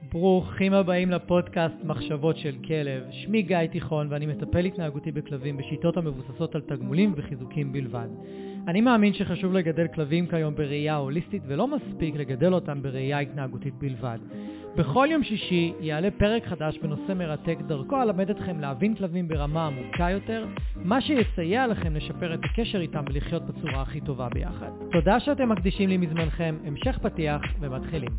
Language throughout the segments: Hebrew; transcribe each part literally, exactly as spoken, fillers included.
ברוכים הבאים לפודקאסט מחשבות של כלב. שמי גיא תיכון ואני מטפל התנהגותי בכלבים בשיטות המבוססות על תגמולים וחיזוקים בלבד. אני מאמין שחשוב לגדל כלבים כיום בראייה הוליסטית ולא מספיק לגדל אותם בראייה התנהגותית בלבד. בכל יום שישי יעלה פרק חדש בנושא מרתק, דרכו אלמד אתכם להבין כלבים ברמה עמוקה יותר, מה שיסייע לכם לשפר את הקשר איתם ולחיות בצורה הכי טובה ביחד. תודה שאתם מקדישים לי מזמנכם, המשך פתיח ומתחילים.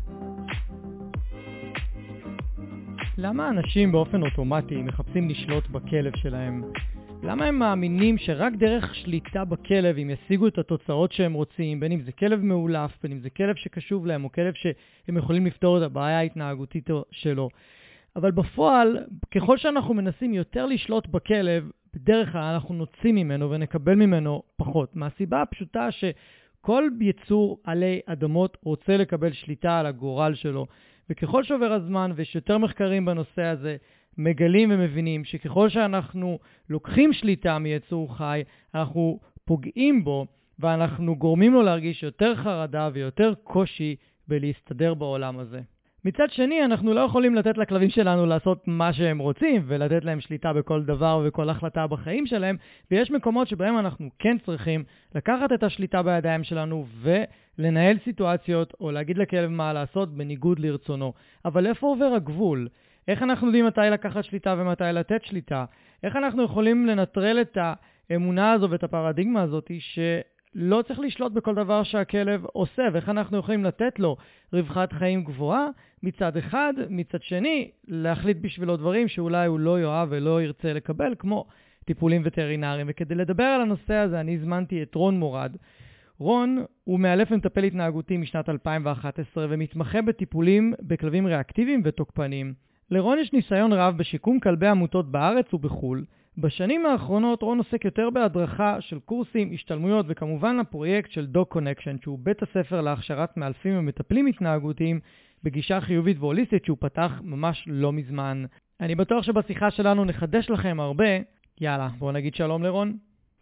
למה אנשים באופן אוטומטי מחפשים לשלוט בכלב שלהם? למה הם מאמינים שרק דרך שליטה בכלב הם ישיגו את התוצאות שהם רוצים, בין אם זה כלב מעולף, בין אם זה כלב שקשוב להם, או כלב שהם יכולים לפתור את הבעיה ההתנהגותית שלו? אבל בפועל, ככל שאנחנו מנסים יותר לשלוט בכלב, בדרך כלל אנחנו נוציא ממנו ונקבל ממנו פחות. מהסיבה הפשוטה שכל יצור עלי אדמות רוצה לקבל שליטה על הגורל שלו. וככל שעובר הזמן ויש יותר מחקרים בנושא הזה, מגלים ומבינים שככל שאנחנו לוקחים שליטה מיצור חי, אנחנו פוגעים בו ואנחנו גורמים לו להרגיש יותר חרדה ויותר קושי בלהסתדר בעולם הזה. מצד שני, אנחנו לא יכולים לתת לכלבים שלנו לעשות מה שהם רוצים ולתת להם שליטה בכל דבר וכל החלטה בחיים שלהם, ויש מקומות שבהם אנחנו כן צריכים לקחת את השליטה בידיים שלנו ולנהל סיטואציות או להגיד לכלב מה לעשות בניגוד לרצונו. אבל איפה עובר הגבול? איך אנחנו יודעים מתי לקחת שליטה ומתי לתת שליטה? איך אנחנו יכולים לנטרל את האמונה הזו ואת הפרדיגמה הזאת שלא צריך לשלוט בכל דבר שהכלב עושה, ואיך אנחנו יכולים לתת לו רווחת חיים גבוהה מצד אחד, מצד שני להחליט בשבילו דברים שאולי הוא לא יאהב ולא ירצה לקבל, כמו טיפולים וטרינריים. וכדי לדבר על הנושא הזה אני הזמנתי את רון מורד. רון הוא מאלף ומטפל התנהגותי משנת אלפיים ואחת עשרה ומתמחה בטיפולים בכלבים ריאקטיביים ותוקפניים. לרון יש ניסיון רב בשיקום כלבי עמותות בארץ ובחול. בשנים האחרונות רון עוסק יותר בהדרכה של קורסים, השתלמויות וכמובן הפרויקט של דוג קונקשן, שהוא בית הספר להכשרת מאלפים ומטפלים התנהגותיים בגישה חיובית והוליסטית שהוא פתח ממש לא מזמן. אני בטוח שבשיחה שלנו נחדש לכם הרבה. יאללה, בואו נגיד שלום לרון.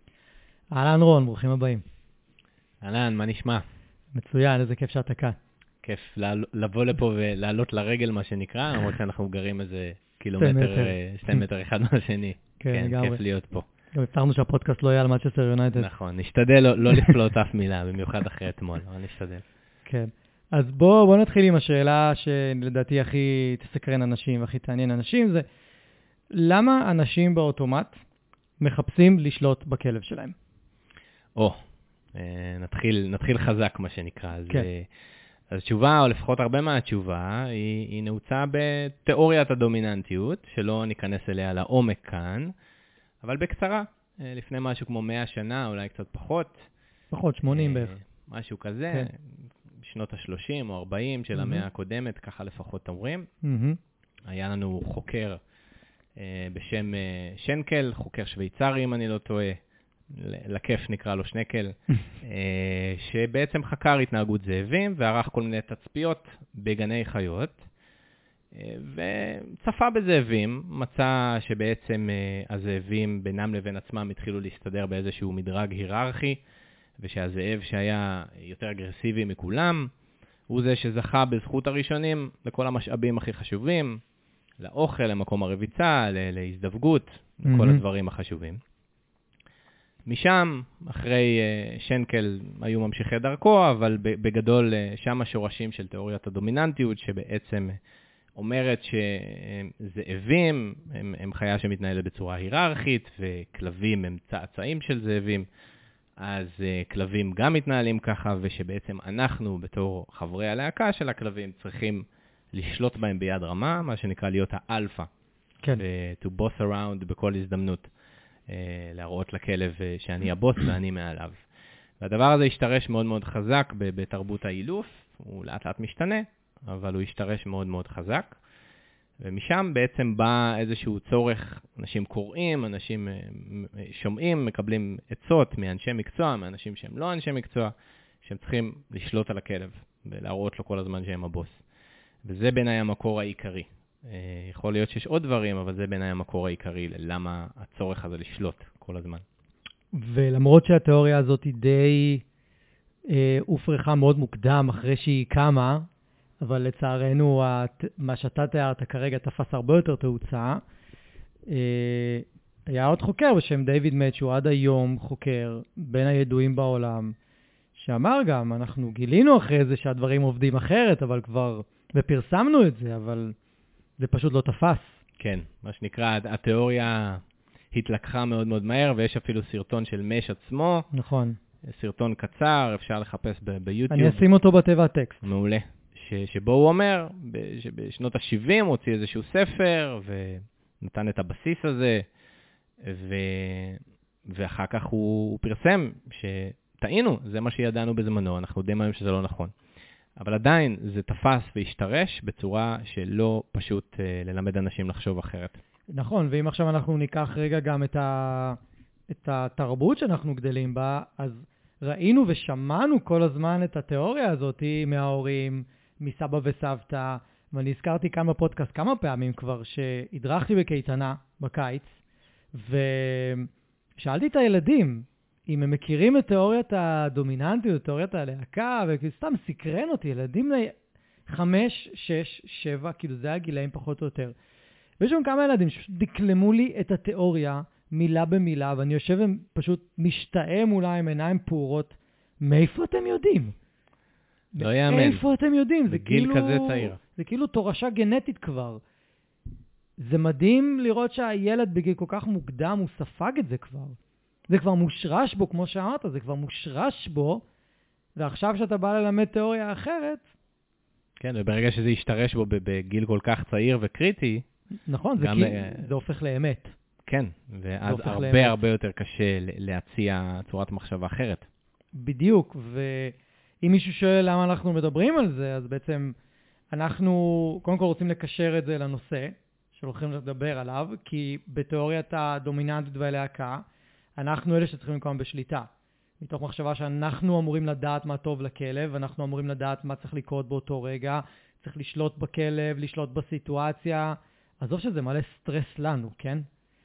אהלן רון, ברוכים הבאים. אהלן, מה נשמע? מצוין, איזה כיף שאתה כאן. כיף לבוא לפה ולעלות לרגל מה שנקרא, למרות שאנחנו גרים איזה קילומטר, שתי מטר אחד מהשני. כן, כיף להיות פה. גם הבטחנו שהפודקאסט לא יהיה על מנצ'סטר יונייטד. נכון, נשתדל לא לפלוט אף מילה, במיוחד אחרי אתמול, אבל נשתדל. כן, אז בואו נתחיל עם השאלה שלדעתי הכי תסקרן אנשים והכי תעניין אנשים, זה למה אנשים באוטומט מחפשים לשלוט בכלב שלהם? או, נתחיל חזק מה שנקרא. כן. אז תשובה, או לפחות הרבה מהתשובה, היא, היא נעוצה בתיאוריית הדומיננטיות, שלא ניכנס אליה לעומק כאן, אבל בקצרה, לפני משהו כמו מאה שנה, אולי קצת פחות. פחות, שמונים בערך. משהו כזה, כן. בשנות ה-שלושים או ארבעים של mm-hmm. המאה הקודמת, ככה לפחות אומרים. Mm-hmm. היה לנו חוקר אה, בשם אה, שנקל, חוקר שוויצרי אם אני לא טועה, לכיף נקרא לו שנקל, שבעצם חקר התנהגות זאבים וערך כל מיני תצפיות בגני חיות, וצפה בזאבים, מצא שבעצם הזאבים בינם לבין עצמם התחילו להסתדר באיזשהו מדרג היררכי, ושהזאב שהיה יותר אגרסיבי מכולם, הוא זה שזכה בזכות הראשונים לכל המשאבים הכי חשובים, לאוכל, למקום הרביצה, להזדווגות, לכל הדברים החשובים. משם, אחרי uh, שנקל היו ממשיכי דרכו, אבל בגדול uh, שם השורשים של תיאוריית הדומיננטיות, שבעצם אומרת שזאבים הם, הם חיה שמתנהלת בצורה היררכית, וכלבים הם צאצאים של זאבים, אז uh, כלבים גם מתנהלים ככה, ושבעצם אנחנו בתור חברי הלהקה של הכלבים צריכים לשלוט בהם ביד רמה, מה שנקרא להיות האלפא. כן. ו- to boss around בכל הזדמנות. להראות לכלב שאני הבוס ואני מעליו. והדבר הזה השתרש מאוד מאוד חזק בתרבות האילוף, הוא לאט לאט משתנה, אבל הוא השתרש מאוד מאוד חזק, ומשם בעצם בא איזשהו צורך, אנשים קוראים, אנשים שומעים, מקבלים עצות מאנשי מקצוע, מאנשים שהם לא אנשי מקצוע, שהם צריכים לשלוט על הכלב ולהראות לו כל הזמן שהם הבוס. וזה בעיניי המקור העיקרי. יכול להיות שיש עוד דברים, אבל זה בעיניי המקור העיקרי ללמה הצורך הזה לשלוט כל הזמן. ולמרות שהתיאוריה הזאת היא די אה, הופרחה מאוד מוקדם אחרי שהיא קמה, אבל לצערנו, מה שאתה תיארת כרגע תפס הרבה יותר תאוצה. היה עוד חוקר בשם דיוויד מט, שהוא עד היום חוקר בין הידועים בעולם, שאמר גם, אנחנו גילינו אחרי זה שהדברים עובדים אחרת, אבל כבר, ופרסמנו את זה, אבל זה פשוט לא תפס. כן, מה שנקרא, התיאוריה התלקחה מאוד מאוד מהר, ויש אפילו סרטון של מש עצמו. נכון. סרטון קצר, אפשר לחפש ב- ביוטיוב. אני אשים אותו בטבע הטקסט. מעולה. ש- שבו הוא אומר, שבשנות ה-שבעים הוא הוציא איזשהו ספר, ונתן את הבסיס הזה, ו... ואחר כך הוא, הוא פרסם שטעינו, זה מה שידענו בזמנו, אנחנו יודעים היום שזה לא נכון. אבל עדיין זה תפס והשתרש בצורה שלא פשוט אה, ללמד אנשים לחשוב אחרת. נכון, ואם עכשיו אנחנו ניקח רגע גם את, ה... את התרבות שאנחנו גדלים בה, אז ראינו ושמענו כל הזמן את התיאוריה הזאת מההורים, מסבא וסבתא, ואני הזכרתי כאן בפודקאסט כמה פעמים כבר שהדרכתי בקייטנה בקיץ, ושאלתי את הילדים אם הם מכירים את תיאוריית הדומיננטיות, תיאוריית הלהקה, וסתם סקרן אותי, ילדים חמש, שש, שבע, כאילו זה הגילאים פחות או יותר. ויש שם כמה ילדים שדקלמו לי את התיאוריה מילה במילה, ואני יושב ופשוט משתאה מולה עם עיניים פעורות. מאיפה אתם יודעים? לא יאמן. מאיפה אתם יודעים? זה גיל כזה צעיר. זה כאילו תורשה גנטית כבר. זה מדהים לראות שהילד בגיל כל כך מוקדם, הוא ספג את זה כבר. זה כבר מושרש בו, כמו שאמרת, זה כבר מושרש בו, ועכשיו שאתה בא ללמד תיאוריה אחרת... כן, וברגע שזה ישתרש בו בגיל כל כך צעיר וקריטי... נכון, זה, גם, כי... זה הופך לאמת. כן, ואז הרבה לאמת. הרבה יותר קשה להציע צורת מחשבה אחרת. בדיוק, ואם מישהו שואל למה אנחנו מדברים על זה, אז בעצם אנחנו קודם כל רוצים לקשר את זה לנושא שהולכים לדבר עליו, כי בתיאוריית הדומיננטיות והלהקה, אנחנו אלה שצריכים לקום בשליטה. מתוך מחשבה שאנחנו אמורים לדעת מה טוב לכלב, אנחנו אמורים לדעת מה צריך לקרות באותו רגע, צריך לשלוט בכלב, לשלוט בסיטואציה, עזוב שזה מלא סטרס לנו, כן?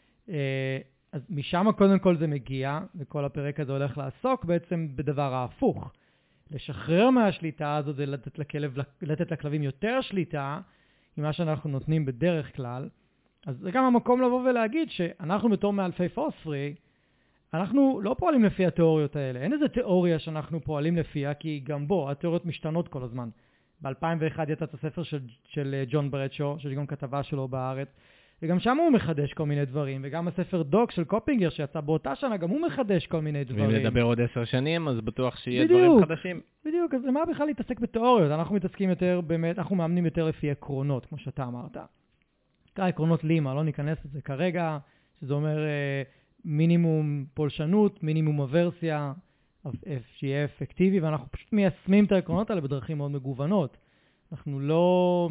אז משם קודם כל זה מגיע, וכל הפרק הזה הולך לעסוק בעצם בדבר ההפוך. לשחרר מהשליטה הזאת זה לתת לכלב, לתת לכלבים יותר שליטה, ממה שאנחנו נותנים בדרך כלל. אז זה גם המקום לבוא ולהגיד שאנחנו בתור מאלפי פוספרי, אנחנו לא פועלים לפי התיאוריות האלה. אין איזה תיאוריה שאנחנו פועלים לפיה, כי גם בו התיאוריות משתנות כל הזמן. ב-אלפיים ואחת יצא את הספר של, של ג'ון ברדשו, שיש גם כתבה שלו בארץ, וגם שם הוא מחדש כל מיני דברים, וגם הספר דוק של קופינגר שיצא באותה שנה, גם הוא מחדש כל מיני דברים. ואם נדבר עוד עשר שנים, אז בטוח שיהיה בדיוק, דברים חדשים. בדיוק, אז למה בכלל להתעסק בתיאוריות? אנחנו מתעסקים יותר, באמת, אנחנו מאמנים יותר לפי עקרונות, כמו שאתה אמרת. תראה, עקרונות לימה, לא ניכנס לזה כרגע, שזה אומר מינימום פולשנות, מינימום אברסיה, שיהיה אפקטיבי, ואנחנו פשוט מיישמים את העקרונות האלה בדרכים מאוד מגוונות. אנחנו לא...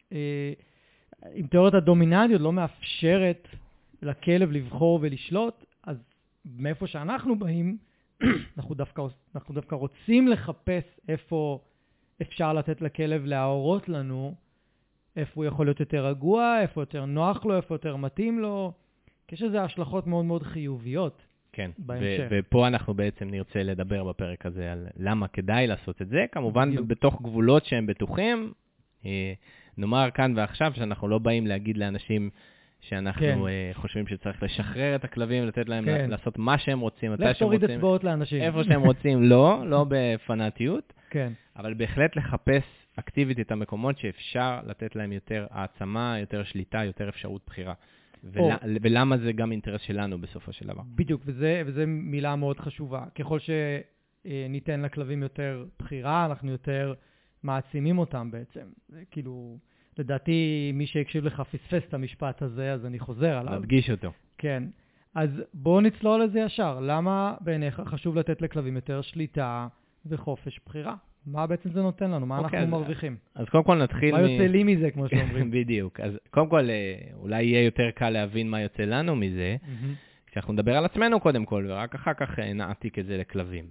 אם תיאוריית הדומיננטיות לא מאפשרת לכלב לבחור ולשלוט, אז מאיפה שאנחנו באים, אנחנו דווקא, אנחנו דווקא רוצים לחפש איפה אפשר לתת לכלב להורות לנו, איפה הוא יכול להיות יותר רגוע, איפה יותר נוח לו, איפה יותר מתאים לו. יש איזה השלכות מאוד מאוד חיוביות. כן, בהמשך. ו- ופה אנחנו בעצם נרצה לדבר בפרק הזה על למה כדאי לעשות את זה, כמובן בדיוק. בתוך גבולות שהם בטוחים, נאמר כאן ועכשיו שאנחנו לא באים להגיד לאנשים שאנחנו כן. uh, חושבים שצריך לשחרר את הכלבים, לתת להם כן. לעשות מה שהם רוצים, מתי שהם להוריד רוצים, אצבעות לאנשים. איפה שהם רוצים, לא, לא בפנאטיות, כן. אבל בהחלט לחפש אקטיבית את המקומות שאפשר לתת להם יותר העצמה, יותר שליטה, יותר אפשרות בחירה. ול, או. ולמה זה גם אינטרס שלנו בסופו של דבר. בדיוק, וזה, וזה מילה מאוד חשובה. ככל שניתן לכלבים יותר בחירה, אנחנו יותר מעצימים אותם בעצם. זה כאילו, לדעתי, מי שיקשיב לך פספס את המשפט הזה, אז אני חוזר עליו. להדגיש אותו. כן. אז בואו נצלול לזה ישר. למה בעיניך חשוב לתת לכלבים יותר שליטה וחופש בחירה? מה בעצם זה נותן לנו? מה אנחנו אז, מרוויחים? אז קודם כל נתחיל... מה יוצא לי מזה, כמו שאומרים? בדיוק. אז קודם כל, אולי יהיה יותר קל להבין מה יוצא לנו מזה, כשאנחנו נדבר על עצמנו קודם כל, ורק אחר כך נעתיק את זה לכלבים.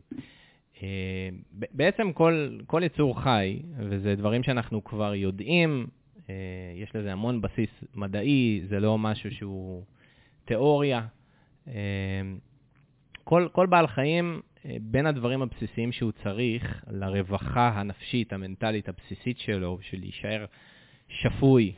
בעצם כל, כל יצור חי, וזה דברים שאנחנו כבר יודעים, יש לזה המון בסיס מדעי, זה לא משהו שהוא תיאוריה. כל, כל בעל חיים בין הדברים הבסיסיים שהוא צריך לרווחה הנפשית, המנטלית הבסיסית שלו, של להישאר שפוי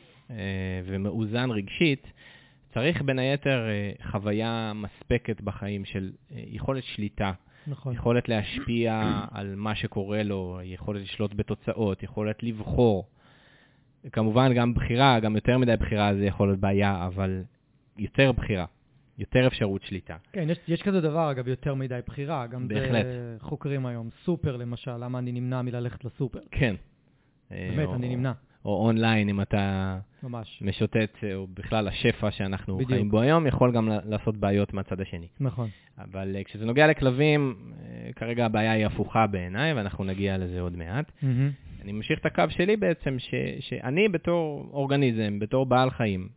ומאוזן רגשית, צריך בין היתר חוויה מספקת בחיים של יכולת שליטה, נכון. יכולת להשפיע על מה שקורה לו, יכולת לשלוט בתוצאות, יכולת לבחור. כמובן גם בחירה, גם יותר מדי בחירה זה יכול להיות בעיה, אבל יותר בחירה, יותר אפשרות שליטה. כן, יש, יש כזה דבר, אגב, יותר מדי בחירה. גם בהחלט. זה חוקרים היום. סופר למשל, למה אני נמנע מללכת לסופר? כן. באמת, או, אני נמנע. או אונליין, אם אתה ממש. משוטט, או בכלל השפע שאנחנו בדיוק. חיים בו היום, יכול גם לעשות בעיות מהצד השני. נכון. אבל כשזה נוגע לכלבים, כרגע הבעיה היא הפוכה בעיניי, ואנחנו נגיע לזה עוד מעט. Mm-hmm. אני ממשיך את הקו שלי בעצם, ש, שאני בתור אורגניזם, בתור בעל חיים,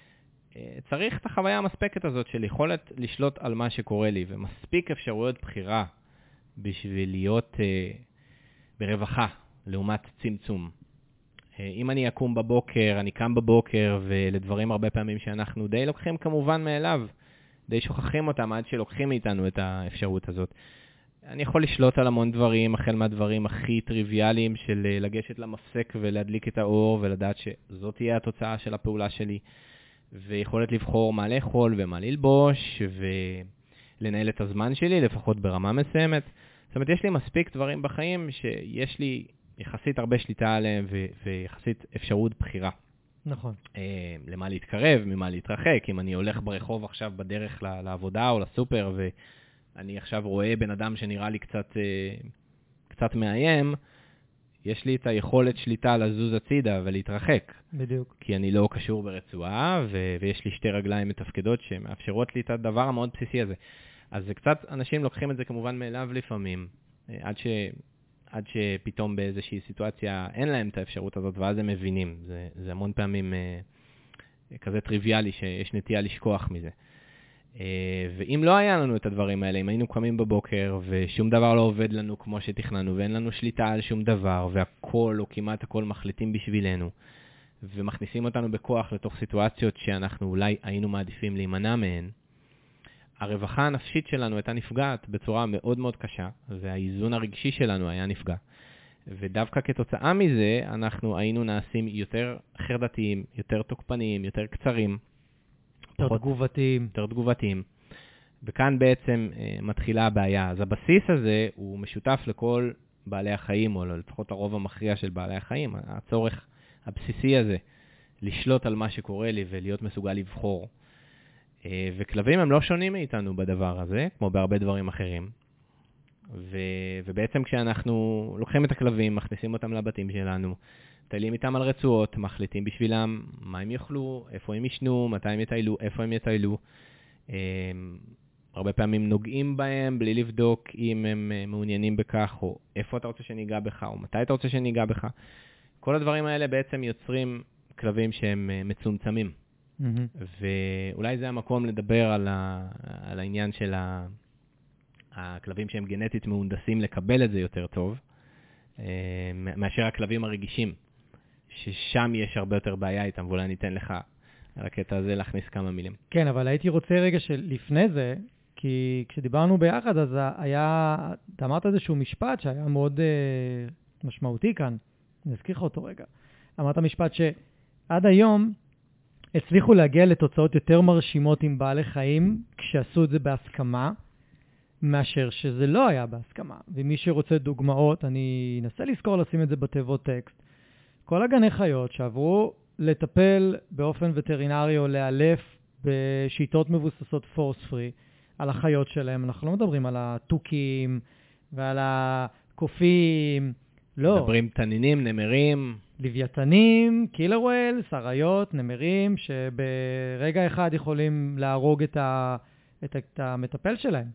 צריך את החוויה המספקת הזאת של יכולת לשלוט על מה שקורה לי, ומספיק אפשרויות בחירה בשביל להיות אה, ברווחה, לעומת צמצום. אה, אם אני אקום בבוקר, אני קם בבוקר, ולדברים הרבה פעמים שאנחנו די לוקחים כמובן מאליו, די שוכחים אותם עד שלוקחים מאיתנו את האפשרות הזאת. אני יכול לשלוט על המון דברים, החל מהדברים הכי טריוויאליים של לגשת למפסק ולהדליק את האור, ולדעת שזאת תהיה התוצאה של הפעולה שלי. ויכולת לבחור מה לאכול ומה ללבוש, ולנהל את הזמן שלי, לפחות ברמה מסוימת. זאת אומרת, יש לי מספיק דברים בחיים שיש לי יחסית הרבה שליטה עליהם, ו- ויחסית אפשרות בחירה. נכון. אה, למה להתקרב, ממה להתרחק. אם אני הולך ברחוב עכשיו בדרך לעבודה או לסופר, ואני עכשיו רואה בן אדם שנראה לי קצת, אה, קצת מאיים, יש לי את היכולת שליטה לזוז הצידה ולהתרחק. בדיוק. כי אני לא קשור ברצועה, ו- ויש לי שתי רגליים מתפקדות שמאפשרות לי את הדבר המאוד בסיסי הזה. אז זה קצת, אנשים לוקחים את זה כמובן מאליו לפעמים, עד, ש- עד שפתאום באיזושהי סיטואציה אין להם את האפשרות הזאת, ואז הם מבינים. זה, זה המון פעמים אה, כזה טריוויאלי שיש נטייה לשכוח מזה. ואם לא היה לנו את הדברים האלה, אם היינו קמים בבוקר ושום דבר לא עובד לנו כמו שתכננו, ואין לנו שליטה על שום דבר, והכל או כמעט הכל מחליטים בשבילנו, ומכניסים אותנו בכוח לתוך סיטואציות שאנחנו אולי היינו מעדיפים להימנע מהן, הרווחה הנפשית שלנו הייתה נפגעת בצורה מאוד מאוד קשה, והאיזון הרגשי שלנו היה נפגע. ודווקא כתוצאה מזה, אנחנו היינו נעשים יותר חרדתיים, יותר תוקפניים, יותר קצרים, יותר תגובתיים. יותר תגובתיים. וכאן בעצם אה, מתחילה הבעיה. אז הבסיס הזה הוא משותף לכל בעלי החיים, או לפחות הרוב המכריע של בעלי החיים. הצורך הבסיסי הזה, לשלוט על מה שקורה לי ולהיות מסוגל לבחור. אה, וכלבים הם לא שונים מאיתנו בדבר הזה, כמו בהרבה דברים אחרים. ו, ובעצם כשאנחנו לוקחים את הכלבים, מכניסים אותם לבתים שלנו, טיילים איתם על רצועות, מחליטים בשבילם מה הם יאכלו, איפה הם ישנו, מתי הם יטיילו, איפה הם יטיילו. הרבה פעמים נוגעים בהם בלי לבדוק אם הם מעוניינים בכך, או איפה אתה רוצה שניגע בך, או מתי אתה רוצה שניגע בך. כל הדברים האלה בעצם יוצרים כלבים שהם מצומצמים. Mm-hmm. ואולי זה המקום לדבר על, ה... על העניין של ה... הכלבים שהם גנטית מהונדסים לקבל את זה יותר טוב, מאשר הכלבים הרגישים. ששם יש הרבה יותר בעיה איתם, ואולי ניתן לך על הקטע הזה להכניס כמה מילים. כן, אבל הייתי רוצה רגע שלפני זה, כי כשדיברנו ביחד, אז היה, אתה אמרת איזשהו משפט שהיה מאוד uh, משמעותי כאן, אני אזכיר לך אותו רגע. אמרת משפט שעד היום הצליחו להגיע לתוצאות יותר מרשימות עם בעלי חיים, כשעשו את זה בהסכמה, מאשר שזה לא היה בהסכמה. ומי שרוצה דוגמאות, אני אנסה לזכור לשים את זה בתיבות טקסט. כל הגני חיות שעברו לטפל באופן וטרינרי או לאלף בשיטות מבוססות פורס פרי על החיות שלהם. אנחנו לא מדברים על הטוקים ועל הקופים, לא. מדברים תנינים, נמרים. לוויתנים, קילר ווילס, אריות, נמרים, שברגע אחד יכולים להרוג את, ה, את, את המטפל שלהם.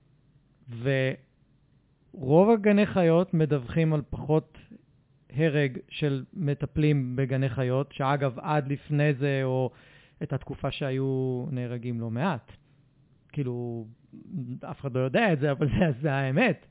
ורוב הגני חיות מדווחים על פחות הרג של מטפלים בגני חיות, שאגב עד לפני זה או את התקופה שהיו נהרגים לא מעט. כאילו, אף אחד לא יודע את זה, אבל זה, זה האמת.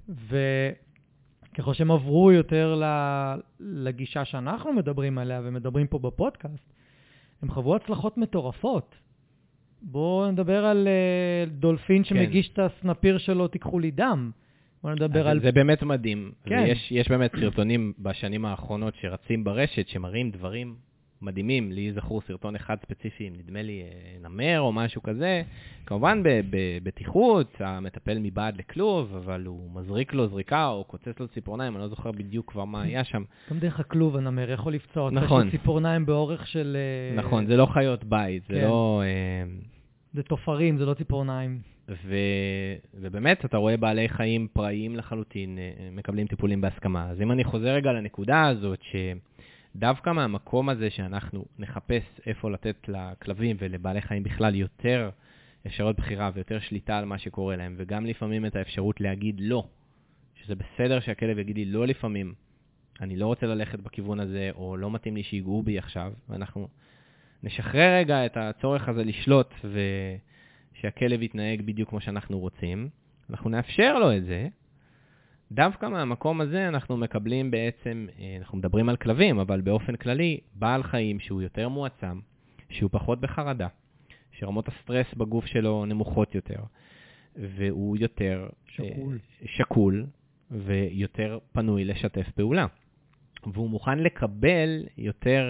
וככל שהם עברו יותר לגישה שאנחנו מדברים עליה ומדברים פה בפודקאסט, הם חוו הצלחות מטורפות. בואו נדבר על uh, דולפין שמגיש כן. את הסנפיר שלו, תיקחו לי דם. בואו נדבר על... זה באמת מדהים. כן. ויש, יש באמת סרטונים בשנים האחרונות שרצים ברשת, שמראים דברים מדהימים. לי זכור סרטון אחד ספציפי, נדמה לי נמר או משהו כזה. כמובן בבטיחות, המטפל מבעד לכלוב, אבל הוא מזריק לו זריקה או קוצץ לו ציפורניים, אני לא זוכר בדיוק כבר מה היה שם. גם דרך הכלוב הנמר יכול לפצוע. נכון. יש לו ציפורניים באורך של... נכון, זה לא חיות בית, זה כן. לא... זה תופרים, זה לא ציפורניים. ו... ובאמת, אתה רואה בעלי חיים פראיים לחלוטין, מקבלים טיפולים בהסכמה. אז אם אני חוזר רגע לנקודה הזאת, שדווקא מהמקום הזה שאנחנו נחפש איפה לתת לכלבים ולבעלי חיים בכלל יותר אפשרות בחירה ויותר שליטה על מה שקורה להם, וגם לפעמים את האפשרות להגיד לא, שזה בסדר שהכלב יגיד לי לא לפעמים, אני לא רוצה ללכת בכיוון הזה, או לא מתאים לי שיגעו בי עכשיו, ואנחנו נשחרר רגע את הצורך הזה לשלוט ו... שהכלב יתנהג בדיוק כמו שאנחנו רוצים, אנחנו נאפשר לו את זה. דווקא מהמקום הזה אנחנו מקבלים בעצם, אנחנו מדברים על כלבים, אבל באופן כללי, בעל חיים שהוא יותר מועצם, שהוא פחות בחרדה, שרמות הסטרס בגוף שלו נמוכות יותר, והוא יותר שקול, שקול ויותר פנוי לשתף פעולה. והוא מוכן לקבל יותר...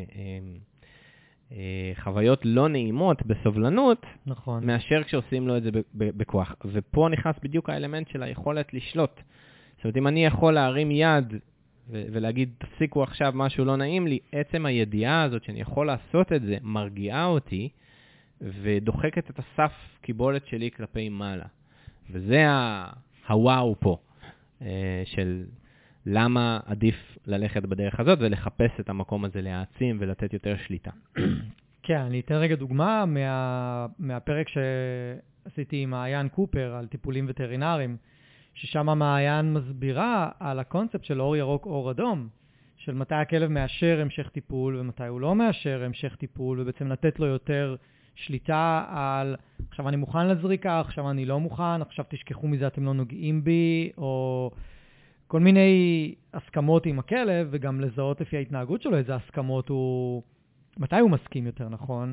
חוויות לא נעימות בסובלנות, נכון. מאשר כשעושים לו את זה בכוח. ופה נכנס בדיוק האלמנט של היכולת לשלוט. זאת אומרת, אם אני יכול להרים יד ו- ולהגיד, תפסיקו עכשיו משהו לא נעים לי, עצם הידיעה הזאת שאני יכול לעשות את זה, מרגיעה אותי, ודוחקת את הסף קיבולת שלי כלפי מעלה. וזה הוואו פה, של... למה עדיף ללכת בדרך הזאת ולחפש את המקום הזה להעצים ולתת יותר שליטה. כן, אני אתן רגע דוגמה מה, מהפרק שעשיתי עם מעיין קופר על טיפולים וטרינריים, ששם מעיין מסבירה על הקונספט של אור ירוק, אור אדום, של מתי הכלב מאשר המשך טיפול ומתי הוא לא מאשר המשך טיפול, ובעצם לתת לו יותר שליטה על עכשיו אני מוכן לזריקה, עכשיו אני לא מוכן, עכשיו תשכחו מזה, אתם לא נוגעים בי, או... כל מיני הסכמות עם הכלב, וגם לזהות לפי ההתנהגות שלו, איזה הסכמות הוא... מתי הוא מסכים יותר נכון,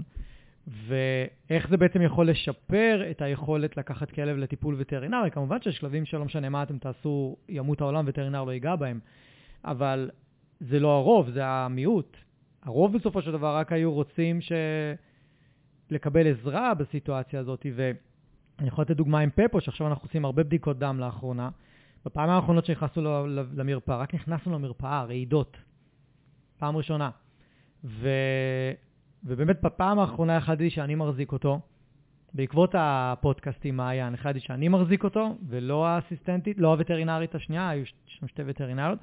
ואיך זה בעצם יכול לשפר את היכולת לקחת כלב לטיפול וטרינרי. כמובן שיש כלבים שלא משנה מה אתם תעשו, ימות העולם וטרינר לא ייגע בהם, אבל זה לא הרוב, זה המיעוט. הרוב בסופו של דבר רק היו רוצים ש... לקבל עזרה בסיטואציה הזאת, ואני יכול לתת דוגמה עם פפו, שעכשיו אנחנו עושים הרבה בדיקות דם לאחרונה, בפעם האחרונות שנכנסנו למרפאה, רק נכנסנו למרפאה, רעידות, פעם ראשונה. ו... ובאמת בפעם האחרונה החלטתי שאני מחזיק אותו, בעקבות הפודקאסט עם מעיין, החלטתי שאני מחזיק אותו, ולא האסיסטנטית, לא הווטרינרית השנייה, היו שם שתי וטרינריות,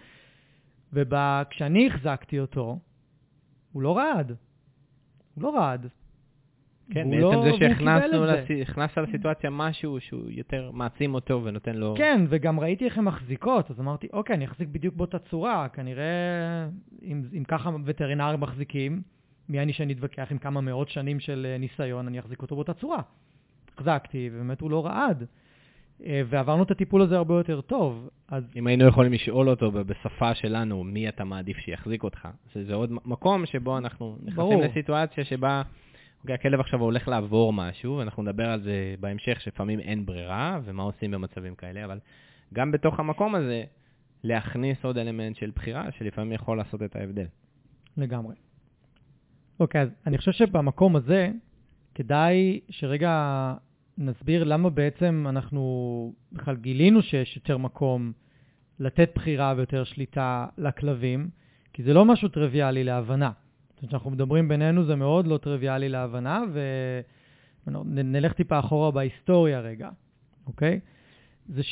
וכשאני החזקתי אותו, הוא לא רעד. הוא לא רעד. כן, בעצם לא, זה שהכנסת לסיטואציה משהו שהוא יותר מעצים אותו ונותן לו... כן, וגם ראיתי איך הן מחזיקות, אז אמרתי, אוקיי, אני אחזיק בדיוק באותה צורה, כנראה אם, אם ככה וטרינרים מחזיקים, מי אני שנתווכח עם כמה מאות שנים של ניסיון, אני אחזיק אותו באותה צורה. החזקתי, ובאמת הוא לא רעד. ועברנו את הטיפול הזה הרבה יותר טוב. אז... אם היינו יכולים לשאול אותו בשפה שלנו, מי אתה מעדיף שיחזיק אותך? זה, זה עוד מקום שבו אנחנו נכנסים לסיטואציה שבה... אוקיי, הכלב עכשיו הולך לעבור משהו, ואנחנו נדבר על זה בהמשך, שפעמים אין ברירה, ומה עושים במצבים כאלה, אבל גם בתוך המקום הזה, להכניס עוד אלמנט של בחירה, שלפעמים יכול לעשות את ההבדל. לגמרי. אוקיי, אז אני חושב שבמקום הזה, כדאי שרגע נסביר למה בעצם אנחנו בכלל גילינו שיש יותר מקום לתת בחירה ויותר שליטה לכלבים, כי זה לא משהו טריוויאלי להבנה. כשאנחנו מדברים בינינו זה מאוד לא טריוויאלי להבנה, ונלך טיפה אחורה בהיסטוריה רגע, אוקיי? זה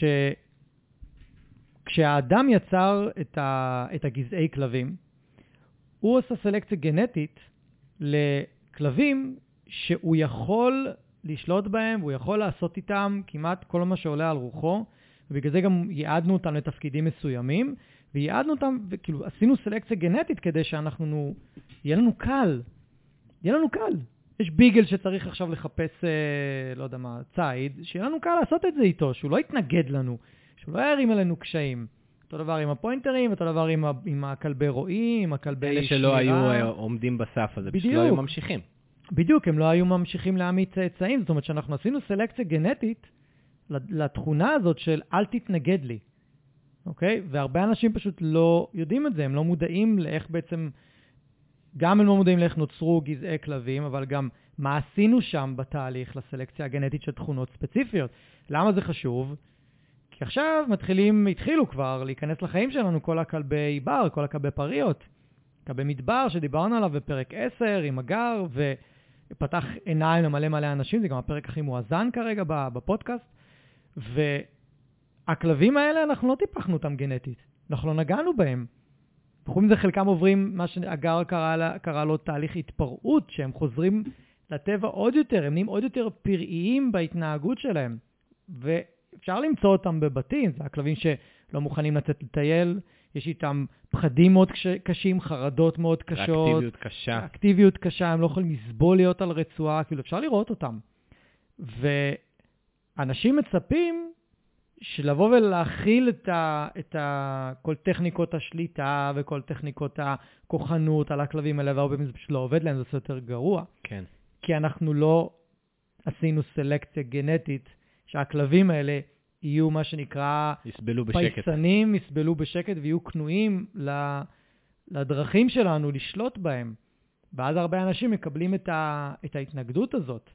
שכשהאדם יצר את, ה... את הגזעי כלבים, הוא עשה סלקציה גנטית לכלבים שהוא יכול לשלוט בהם, והוא יכול לעשות איתם כמעט כל מה שעולה על רוחו, ובגלל זה גם יעדנו אותם לתפקידים מסוימים, ויעדנו אותם, וכאילו עשינו סלקציה גנטית כדי שאנחנו, יהיה לנו קל, יהיה לנו קל. יש ביגל שצריך עכשיו לחפש, אה, לא יודע מה, צייד, שיהיה לנו קל לעשות את זה איתו, שהוא לא יתנגד לנו, שהוא לא ירים עלינו קשיים. אותו דבר עם הפוינטרים, אותו דבר עם, עם הכלבי רועי, עם הכלבי אלה שמירה. שלא היו עומדים בסף הזה, פשוט לא היו ממשיכים. בדיוק, הם לא היו ממשיכים להעמיד צאצאים, זאת אומרת שאנחנו עשינו סלקציה גנטית לתכונה הזאת של אל תתנגד לי, אוקיי? והרבה אנשים פשוט לא יודעים את זה, הם לא מודעים לאיך בעצם, גם הם לא מודעים לאיך נוצרו גזעי כלבים, אבל גם מה עשינו שם בתהליך לסלקציה הגנטית של תכונות ספציפיות. למה זה חשוב? כי עכשיו מתחילים, התחילו כבר להיכנס לחיים שלנו כל הכלבי בר, כל הכלבי פריות, כלבי מדבר שדיברנו עליו בפרק עשר עם הגר, ופתח עיניים למלא מלא אנשים, זה גם הפרק הכי מואזן כרגע בפודקאסט, והכלבים האלה אנחנו לא טיפחנו אותם גנטית, אנחנו לא נגענו בהם. בחוץ מזה חלקם עוברים מה שהגר קרא, קרא לו תהליך התפרעות, שהם חוזרים לטבע עוד יותר, הם נהיים עוד יותר פראיים בהתנהגות שלהם, ואפשר למצוא אותם בבתים, זה הכלבים שלא מוכנים לצאת לטייל, יש איתם פחדים מאוד קשים, חרדות מאוד קשות. אקטיביות קשה. אקטיביות קשה, הם לא יכולים לסבול להיות על רצועה, כאילו אפשר לראות אותם. ואנשים מצפים שלבוא ולהכיל את, ה, את ה, כל טכניקות השליטה וכל טכניקות הכוחנות על הכלבים האלה, והרבה מזה פשוט לא עובד להם, זה עושה יותר גרוע. כן. כי אנחנו לא עשינו סלקציה גנטית שהכלבים האלה יהיו מה שנקרא יסבלו בשקט. פייסנים, יסבלו בשקט ויהיו כנועים לדרכים שלנו לשלוט בהם. ואז הרבה אנשים מקבלים את, ה, את ההתנגדות הזאת.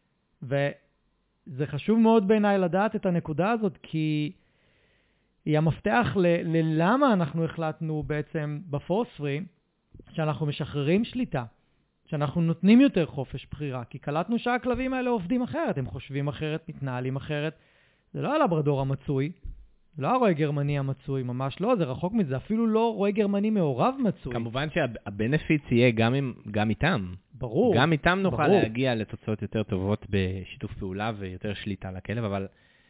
וזה חשוב מאוד בעיניי לדעת את הנקודה הזאת, כי היא המפתח ל, ללמה אנחנו החלטנו בעצם בפורספרי, שאנחנו משחררים שליטה, שאנחנו נותנים יותר חופש בחירה, כי קלטנו שהכלבים האלה עובדים אחרת, הם חושבים אחרת, מתנהלים אחרת. זה לא הלברדור המצוי, זה לא הרועה גרמני המצוי, ממש לא, זה רחוק מזה, אפילו לא רועה גרמני מעורב מצוי. כמובן שהבנפיץ יהיה גם, עם, גם איתם. ברור. גם איתם נוכל ברור. להגיע לתוצאות יותר טובות בשיתוף פעולה ויותר שליטה לכלב, אבל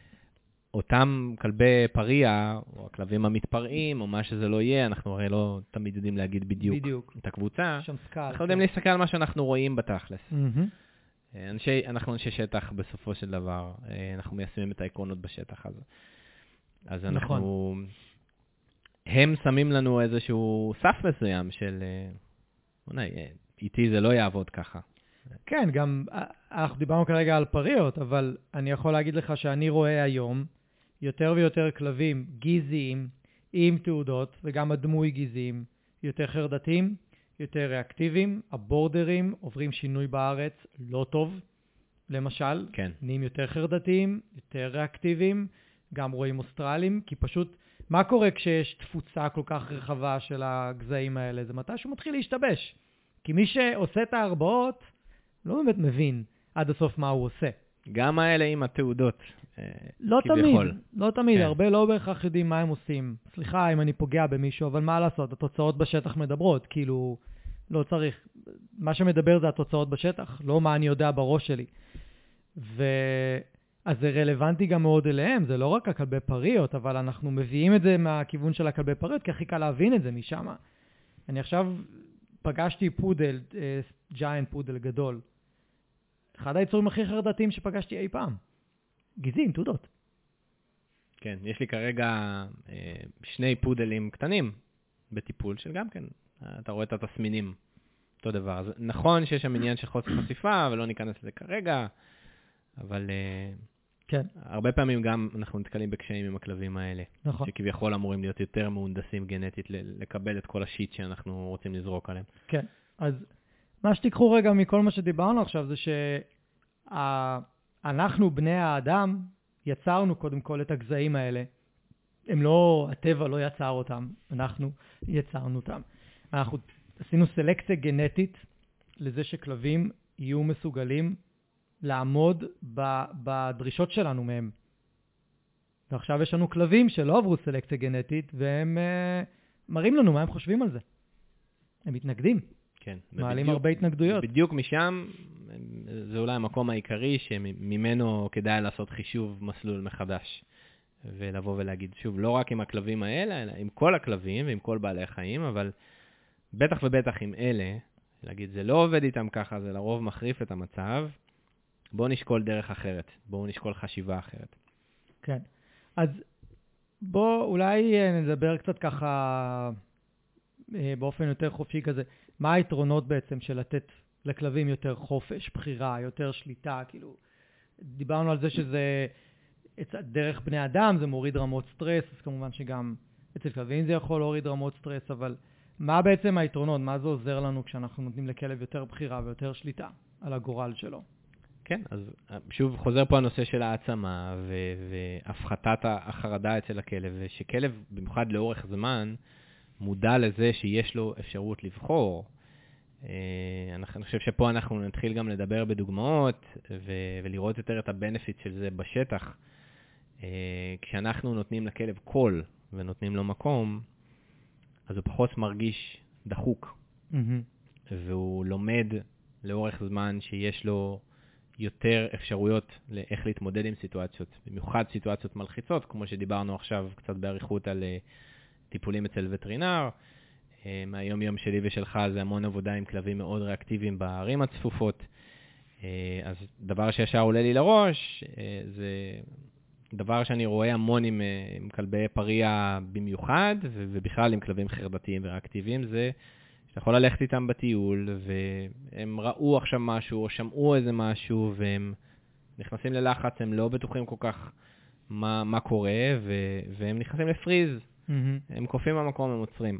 אותם כלבי פריה, או הכלבים המתפרעים, או מה שזה לא יהיה, אנחנו הרי לא תמיד יודעים להגיד בדיוק, בדיוק. את הקבוצה. שם סקל. אנחנו יודעים להסתכל על מה שאנחנו רואים בתכלס. Mm-hmm. אנשי, אנחנו אנשי שטח בסופו של דבר, אנחנו מיישמים את העקרונות בשטח הזה. אז אנחנו, נכון. הם שמים לנו איזשהו סף מסוים של, אולי, איתי זה לא יעבוד ככה. כן, גם אנחנו דיברנו כרגע על פריות, אבל אני יכול להגיד לך שאני רואה היום יותר ויותר כלבים גזעיים עם תעודות, וגם הדמוי גזעיים, יותר חרדתיים, יותר ריאקטיביים, הבורדרים עוברים שינוי בארץ לא טוב, למשל, כן. נהיים יותר חרדתיים, יותר ריאקטיביים, גם רואים אוסטרלים, כי פשוט, מה קורה כשיש תפוצה כל כך רחבה של הגזעים האלה? זה מתי שהוא מתחיל להשתבש. כי מי שעושה את ההרבעות, לא באמת מבין עד הסוף מה הוא עושה. גם האלה עם התעודות. לא תמיד, לא תמיד, הרבה לא בהכרח יודעים מה הם עושים. סליחה אם אני פוגע במישהו, אבל מה לעשות? התוצאות בשטח מדברות, כאילו, לא צריך. מה שמדבר זה התוצאות בשטח, לא מה אני יודע בראש שלי. ו... אז זה רלוונטי גם מאוד אליהם, זה לא רק הכלבי פריות, אבל אנחנו מביאים את זה מהכיוון של הכלבי פריות, כי הכי קל להבין את זה משם. אני עכשיו פגשתי פודל, ג'יינט פודל גדול. אחד היצורים הכי חרדתיים שפגשתי אי פעם. גזעים, תעודות. כן, יש לי כרגע שני פודלים קטנים בטיפול של גם כן, אתה רואה את התסמינים, אותו דבר. אז נכון שיש שם עניין של חוסר חשיפה, ולא ניכנס לזה כרגע, אבל כן. הרבה פעמים גם אנחנו נתקלים בקשיים עם הכלבים האלה. נכון. שכביכול אמורים להיות יותר מהונדסים גנטית, לקבל את כל השיט שאנחנו רוצים לזרוק עליהם. כן, אז מה שתיקחו רגע מכל מה שדיברנו עכשיו, זה שאנחנו, בני האדם, יצרנו קודם כל את הגזעים האלה. הם לא, הטבע לא יצר אותם, אנחנו יצרנו אותם. אנחנו עשינו סלקציה גנטית לזה שכלבים יהיו מסוגלים לעמוד בדרישות שלנו מהם. ועכשיו יש לנו כלבים שלא עברו סלקציה גנטית, והם uh, מראים לנו מה הם חושבים על זה. הם מתנגדים. כן. מעלים ובדיוק, הרבה התנגדויות. בדיוק משם, זה אולי המקום העיקרי שממנו כדאי לעשות חישוב מסלול מחדש. ולבוא ולהגיד, שוב, לא רק עם הכלבים האלה, אלא עם כל הכלבים ועם כל בעלי החיים, אבל בטח ובטח עם אלה, להגיד, זה לא עובד איתם ככה, זה לרוב מחריף את המצב, בואו נשקול דרך אחרת, בואו נשקול חשיבה אחרת. כן. אז בואו אולי נדבר קצת ככה באופן יותר חופשי כזה, מה היתרונות בעצם של לתת לכלבים יותר חופש, בחירה, יותר שליטה, כאילו, דיברנו על זה שזה, דרך בני אדם זה מוריד רמות סטרס, אז כמובן שגם אצל כלבים זה יכול להוריד רמות סטרס, אבל מה בעצם היתרונות? מה זה עוזר לנו כשאנחנו נותנים לכלב יותר בחירה ויותר שליטה על הגורל שלו? כן, אז שוב חוזר פה הנושא של העצמה והפחתת החרדה אצל הכלב, ושכלב במיוחד לאורך זמן מודע לזה שיש לו אפשרות לבחור. אני חושב שפה אנחנו נתחיל גם לדבר בדוגמאות ולראות יותר את הבנפיט של זה בשטח. כשאנחנו נותנים לכלב קול ונותנים לו מקום, אז הוא פחות מרגיש דחוק, mm-hmm. והוא לומד לאורך זמן שיש לו יותר אפשרויות לאיך להתמודד עם סיטואציות, במיוחד סיטואציות מלחיצות, כמו שדיברנו עכשיו קצת בעריכות על טיפולים אצל וטרינר. מהיום יום שלי ושלך זה המון עבודה עם כלבים מאוד ריאקטיביים בערים הצפופות. אז דבר שישר עולה לי לראש, זה דבר שאני רואה המון עם, עם כלבי פריה במיוחד, ובכלל עם כלבים חרדתיים וריאקטיביים, זה שאתה יכול ללכת איתם בטיול, והם ראו עכשיו משהו, או שמעו איזה משהו, והם נכנסים ללחץ, הם לא בטוחים כל כך מה, מה קורה, ו, והם נכנסים לפריז. Mm-hmm. הם קופים במקום, הם עוצרים.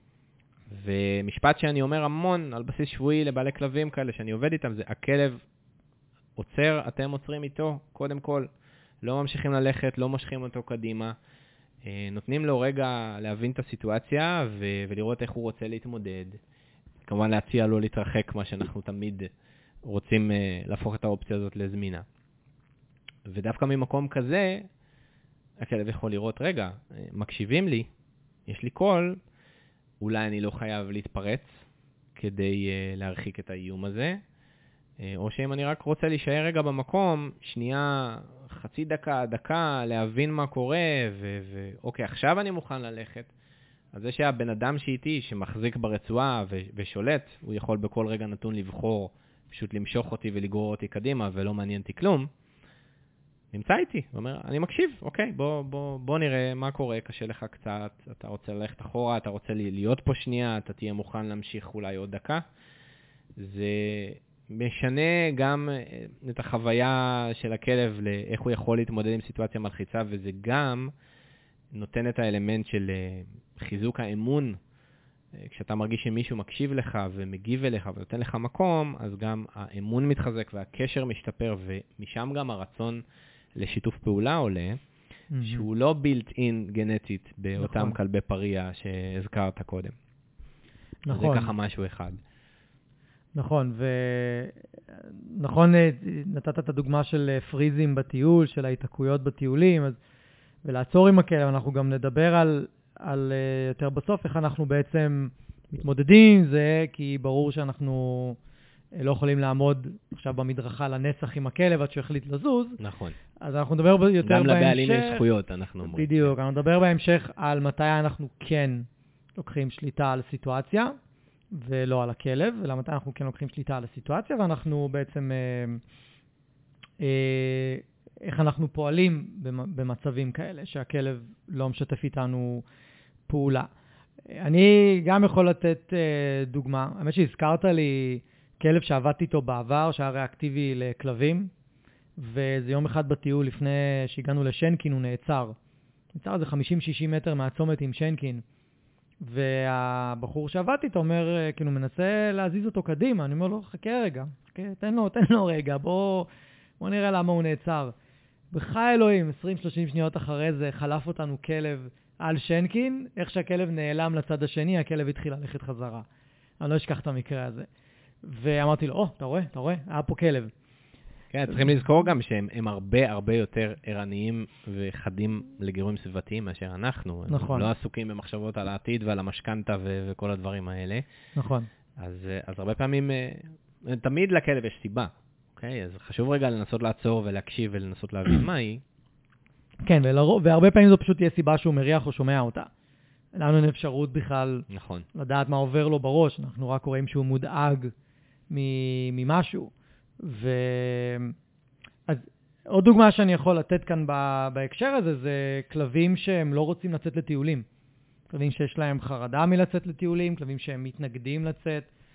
ומשפט שאני אומר המון על בסיס שבועי לבעלי כלבים כאלה שאני עובד איתם, זה הכלב עוצר, אתם עוצרים איתו, קודם כל. לא ממשיכים ללכת, לא מושכים אותו קדימה. נותנים לו רגע להבין את הסיטואציה ו- ולראות איך הוא רוצה להתמודד. כמובן להציע לו להתרחק, מה שאנחנו תמיד רוצים להפוך את האופציה הזאת לזמינה. ודווקא ממקום כזה, הכלב יכול לראות, רגע, מקשיבים לי, יש לי קול, אולי אני לא חייב להתפרץ כדי להרחיק את האיום הזה, או שאם אני רק רוצה להישאר רגע במקום, שנייה, חצי דקה, דקה, להבין מה קורה, ואוקיי, עכשיו אני מוכן ללכת. אז זה שהבן אדם שאיתי, שמחזיק ברצועה ו- ושולט, הוא יכול בכל רגע נתון לבחור, פשוט למשוך אותי ולגרור אותי קדימה, ולא מעניין אותי כלום, נמצא איתי, הוא אומר, אני מקשיב, אוקיי, בוא, בוא, בוא נראה מה קורה, קשה לך קצת, אתה רוצה ללכת אחורה, אתה רוצה להיות פה שנייה, אתה תהיה מוכן להמשיך אולי עוד דקה. זה משנה גם את החוויה של הכלב, לאיך הוא יכול להתמודד עם סיטואציה מלחיצה, וזה גם נותן את האלמנט של חיזוק האמון. כשאתה מרגיש שמישהו מקשיב לך ומגיב אליך ונותן לך מקום, אז גם האמון מתחזק והקשר משתפר, ומשם גם הרצון לשיתוף פעולה עולה, mm-hmm. שהוא לא built in גנטית באותם נכון. כלבי פריה שהזכרת קודם. נכון. זה ככה משהו אחד. נכון, ונכון, נתת את הדוגמה של פריזים בטיול, של ההתעקויות בטיולים, אז, ולעצור עם הכלב, אנחנו גם נדבר על, על יותר בסוף, איך אנחנו בעצם מתמודדים עם זה, כי ברור שאנחנו לא יכולים לעמוד עכשיו במדרכה לנצח עם הכלב עד שהחליט לזוז. נכון. אז אנחנו נדבר יותר בהמשך. גם לבעלים יש זכויות, אנחנו אומרים. בדיוק, אנחנו נדבר בהמשך על מתי אנחנו כן לוקחים שליטה על סיטואציה, ולא על הכלב, ולמתי אנחנו כן לוקחים שליטה על הסיטואציה, ואנחנו בעצם, אה, אה, איך אנחנו פועלים במצבים כאלה, שהכלב לא משתף איתנו פעולה. אני גם יכול לתת אה, דוגמה, האמת שהזכרת לי כלב שעבדתי איתו בעבר, שהיה ריאקטיבי לכלבים, וזה יום אחד בטיול לפני שהגענו לשנקין, הוא נעצר. נעצר איזה חמישים שישים מטר מהצומת עם שנקין, והבחור שעבדתי איתו אומר, כאילו מנסה להזיז אותו קדימה, אני אומר לו, חכה רגע, חכה, תן לו, תן לו רגע, בוא, בוא נראה למה הוא נעצר. בחי אלוהים, עשרים שלושים שניות אחרי זה, חלף אותנו כלב על שנקין, איך שהכלב נעלם לצד השני, הכלב התחיל ללכת חזרה. אני לא אשכח את המקרה הזה. ואמרתי לו, או, אתה רואה, אתה רואה, היה פה כלב. כן, צריכים לזכור גם שהם הם הרבה הרבה יותר ערניים וחדים לגירויים סביבתיים מאשר אנחנו. נכון. הם לא עסוקים במחשבות על העתיד ועל המשכנתה ו- וכל הדברים האלה. נכון. אז, אז הרבה פעמים, תמיד לכלב יש סיבה. אוקיי? אז חשוב רגע לנסות לעצור ולהקשיב ולנסות להבין מה היא. כן, ולרוב, והרבה פעמים זו פשוט תהיה סיבה שהוא מריח או שומע אותה. לנו אין אפשרות בכלל נכון. לדעת מה עובר לו בראש. אנחנו רק רואים שהוא מודאג ממשהו. ו... אז עוד דוגמה שאני יכול לתת כאן בהקשר הזה, זה כלבים שהם לא רוצים לצאת לטיולים. כלבים שיש להם חרדה מלצאת לטיולים, כלבים שהם מתנגדים לצאת.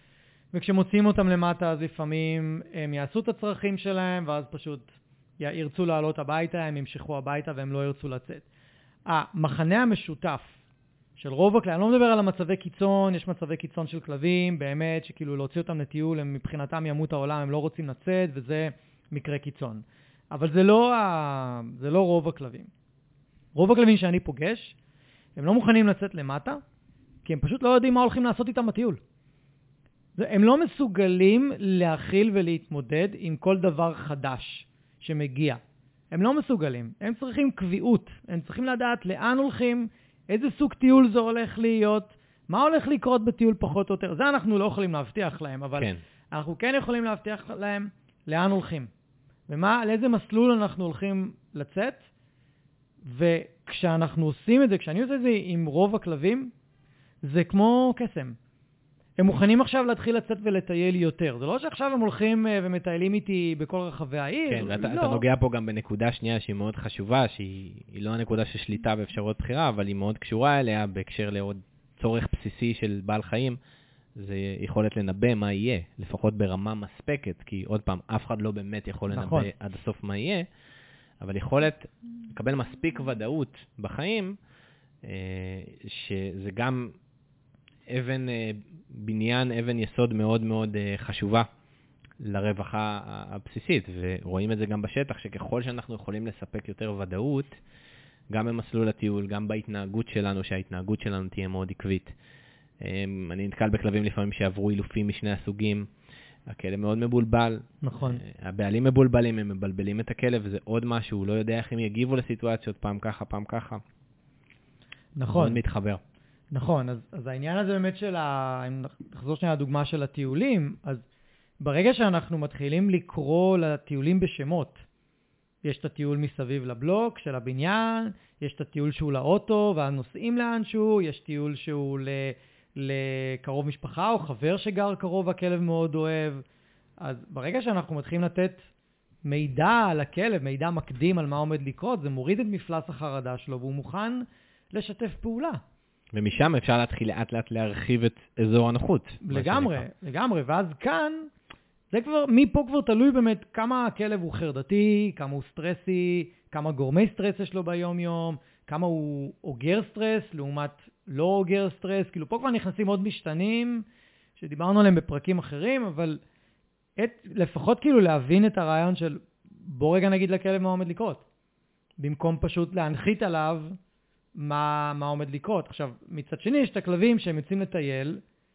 וכשמוציאים אותם למטה, אז לפעמים הם יעשו את הצרכים שלהם, ואז פשוט ירצו לעלות הביתה, הם ימשכו הביתה והם לא ירצו לצאת. המחנה המשותף של רוב הכלבים, אני לא מדבר על המצבי קיצון, יש מצבי קיצון של כלבים, באמת שכאילו להוציא אותם לטיול, הם מבחינתם ימות העולם, הם לא רוצים לצאת, וזה מקרה קיצון. אבל זה לא, ה... זה לא רוב הכלבים. רוב הכלבים שאני פוגש, הם לא מוכנים לצאת למטה, כי הם פשוט לא יודעים מה הולכים לעשות איתם בטיול. הם לא מסוגלים להכיל ולהתמודד עם כל דבר חדש שמגיע. הם לא מסוגלים. הם צריכים קביעות. הם צריכים לדעת לאן הולכים, איזה סוג טיול זה הולך להיות, מה הולך לקרות בטיול פחות או יותר. זה אנחנו לא יכולים להבטיח להם, אבל כן. אנחנו כן יכולים להבטיח להם לאן הולכים. ומה, על איזה מסלול אנחנו הולכים לצאת. וכשאנחנו עושים את זה, כשאני עושה את זה עם רוב הכלבים, זה כמו קסם. הם מוכנים עכשיו להתחיל לצאת ולטייל יותר. זה לא שעכשיו הם הולכים ומטיילים איתי בכל רחבי העיר. כן, ואתה לא. אתה נוגע פה גם בנקודה שנייה שהיא מאוד חשובה, שהיא לא הנקודה של שליטה ואפשרות בחירה, אבל היא מאוד קשורה אליה בהקשר לעוד צורך בסיסי של בעל חיים. זה יכולת לנבא מה יהיה, לפחות ברמה מספקת, כי עוד פעם, אף אחד לא באמת יכול לנבא נכון. עד הסוף מה יהיה, אבל יכולת לקבל מספיק ודאות בחיים, שזה גם אבן בניין, אבן יסוד מאוד מאוד חשובה לרווחה הבסיסית, ורואים את זה גם בשטח, שככל שאנחנו יכולים לספק יותר ודאות, גם במסלול הטיול, גם בהתנהגות שלנו, שההתנהגות שלנו תהיה מאוד עקבית. אני נתקל בכלבים לפעמים שעברו אילופים משני הסוגים, הכלב מאוד מבולבל. נכון. הבעלים מבולבלים, הם מבלבלים את הכלב, וזה עוד משהו, הוא לא יודע איך הם יגיבו לסיטואציות, פעם ככה, פעם ככה. נכון. מאוד מתחבר. נכון, אז, אז העניין הזה באמת של ה... אם נחזור שנייה לדוגמה של הטיולים, אז ברגע שאנחנו מתחילים לקרוא לטיולים בשמות, יש את הטיול מסביב לבלוק של הבניין, יש את הטיול שהוא לאוטו, ואז נוסעים לאנשהו, יש טיול שהוא ל... לקרוב משפחה או חבר שגר קרוב, הכלב מאוד אוהב. אז ברגע שאנחנו מתחילים לתת מידע על הכלב, מידע מקדים על מה עומד לקרות, זה מוריד את מפלס החרדה שלו, והוא מוכן לשתף פעולה. ומשם אפשר להתחיל לאט לאט להרחיב את אזור הנוחות. לגמרי, לגמרי. ואז כאן, זה כבר, מפה כבר תלוי באמת כמה הכלב הוא חרדתי, כמה הוא סטרסי, כמה גורמי סטרס יש לו ביום יום, כמה הוא אוגר סטרס לעומת לא אוגר סטרס. כאילו פה כבר נכנסים עוד משתנים שדיברנו עליהם בפרקים אחרים, אבל את, לפחות כאילו להבין את הרעיון של בוא רגע נגיד לכלב מה עומד לקרות. במקום פשוט להנחית עליו מה, מה עומד לקרות. עכשיו, מצד שני, יש את הכלבים שהם יוצאים לטייל,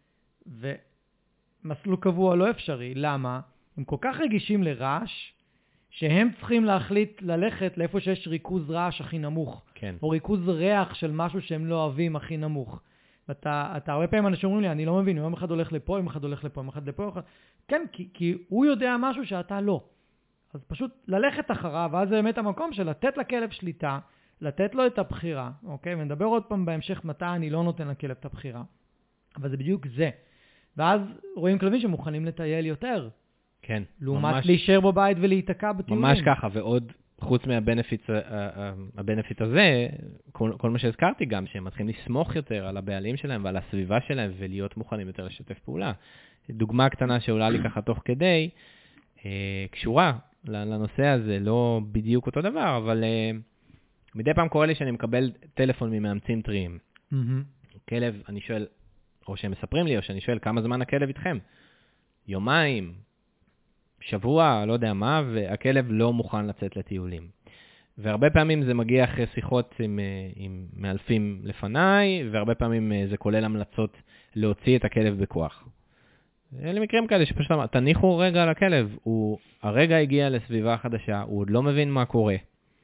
ומסלול קבוע לא אפשרי. למה? הם כל כך רגישים לרעש, שהם צריכים להחליט ללכת לאיפה שיש ריכוז רעש הכי נמוך. כן. או ריכוז ריח של משהו שהם לא אוהבים הכי נמוך. ואתה, אתה הרבה פעמים אנשים אומרים לי, אני לא מבין, יום אחד הולך לפה, יום אחד הולך לפה, יום אחד לפה, יום אחד... כן, כי, כי הוא יודע משהו שאתה לא. אז פשוט ללכת אחריו, ואז זה באמת המקום של לתת לכלב שליטה, לתת לו את הבחירה, אוקיי? ונדבר עוד פעם בהמשך מתי אני לא נותן לכלב את הבחירה. אבל זה בדיוק זה. ואז רואים כלבים שמוכנים לטייל יותר. כן. לעומת ממש, להישאר בבית ולהתעקע בטיולים. ממש ככה, ועוד חוץ מהבנפיט הבנפיט הזה, כל, כל מה שהזכרתי גם, שהם מתחילים לסמוך יותר על הבעלים שלהם ועל הסביבה שלהם, ולהיות מוכנים יותר לשתף פעולה. דוגמה קטנה שעולה לי ככה תוך כדי, אה, קשורה לנושא הזה, לא בדיוק אותו דבר, אבל... אה, מדי פעם קורה לי שאני מקבל טלפון ממאמצים טריים. Mm-hmm. כלב, אני שואל, או שהם מספרים לי, או שאני שואל, כמה זמן הכלב איתכם? יומיים, שבוע, לא יודע מה, והכלב לא מוכן לצאת לטיולים. והרבה פעמים זה מגיע אחרי שיחות עם, עם מאלפים לפניי, והרבה פעמים זה כולל המלצות להוציא את הכלב בכוח. אלה מקרים כאלה שפשוט תניחו רגע על הכלב, הוא הרגע הגיע לסביבה חדשה, הוא עוד לא מבין מה קורה.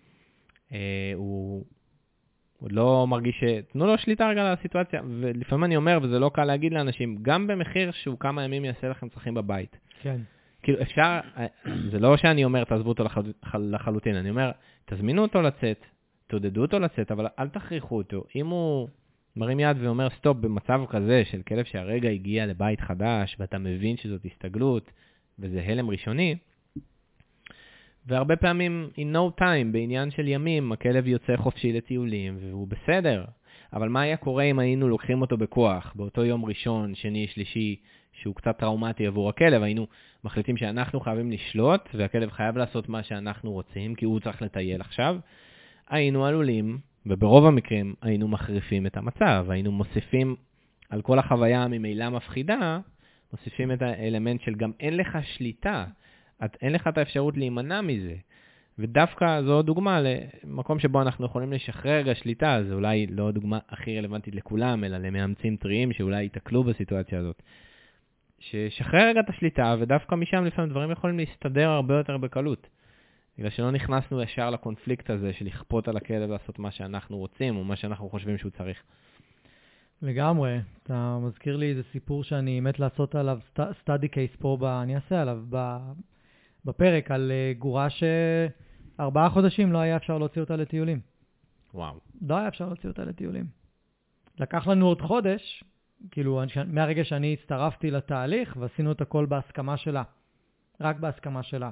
הוא עוד לא מרגיש ש... תנו לו שליטה רגע על הסיטואציה, ולפעמים אני אומר, וזה לא קל להגיד לאנשים, גם במחיר שהוא כמה ימים יעשה לכם צרכים בבית. כן. כאילו אפשר, זה לא שאני אומר, תעזבו אותו לחלוטין, אני אומר, תזמינו אותו לצאת, תעודדו אותו לצאת, אבל אל תכריחו אותו. אם הוא מרים יד ואומר סטופ במצב כזה של כלב שהרגע הגיע לבית חדש, ואתה מבין שזאת הסתגלות, וזה הלם ראשוני, והרבה פעמים, in no time, בעניין של ימים, הכלב יוצא חופשי לטיולים, והוא בסדר. אבל מה היה קורה אם היינו לוקחים אותו בכוח, באותו יום ראשון, שני, שלישי, שהוא קצת טראומטי עבור הכלב, היינו מחליטים שאנחנו חייבים לשלוט, והכלב חייב לעשות מה שאנחנו רוצים, כי הוא צריך לטייל עכשיו, היינו עלולים, וברוב המקרים היינו מחריפים את המצב, היינו מוסיפים על כל החוויה ממילא מפחידה, מוסיפים את האלמנט של גם אין לך שליטה, את, אין לך את האפשרות להימנע מזה. ודווקא זו דוגמה למקום שבו אנחנו יכולים לשחרר רגע שליטה, זו אולי לא הדוגמה הכי רלוונטית לכולם, אלא למאמצים טריים שאולי ייתקלו בסיטואציה הזאת. ששחרר רגע את השליטה, ודווקא משם לפעמים דברים יכולים להסתדר הרבה יותר בקלות. בגלל שלא נכנסנו ישר לקונפליקט הזה של לכפות על הכלב לעשות מה שאנחנו רוצים, או מה שאנחנו חושבים שהוא צריך. לגמרי. אתה מזכיר לי איזה סיפור שאני מת לעשות עליו סטאדי קייס פה, ב, אני אעשה עליו ב, בפרק, על גורה שארבעה חודשים לא היה אפשר להוציא אותה לטיולים. וואו. לא היה אפשר להוציא אותה לטיולים. לקח לנו עוד חודש, כאילו מהרגע שאני הצטרפתי לתהליך, ועשינו את הכל בהסכמה שלה. רק בהסכמה שלה.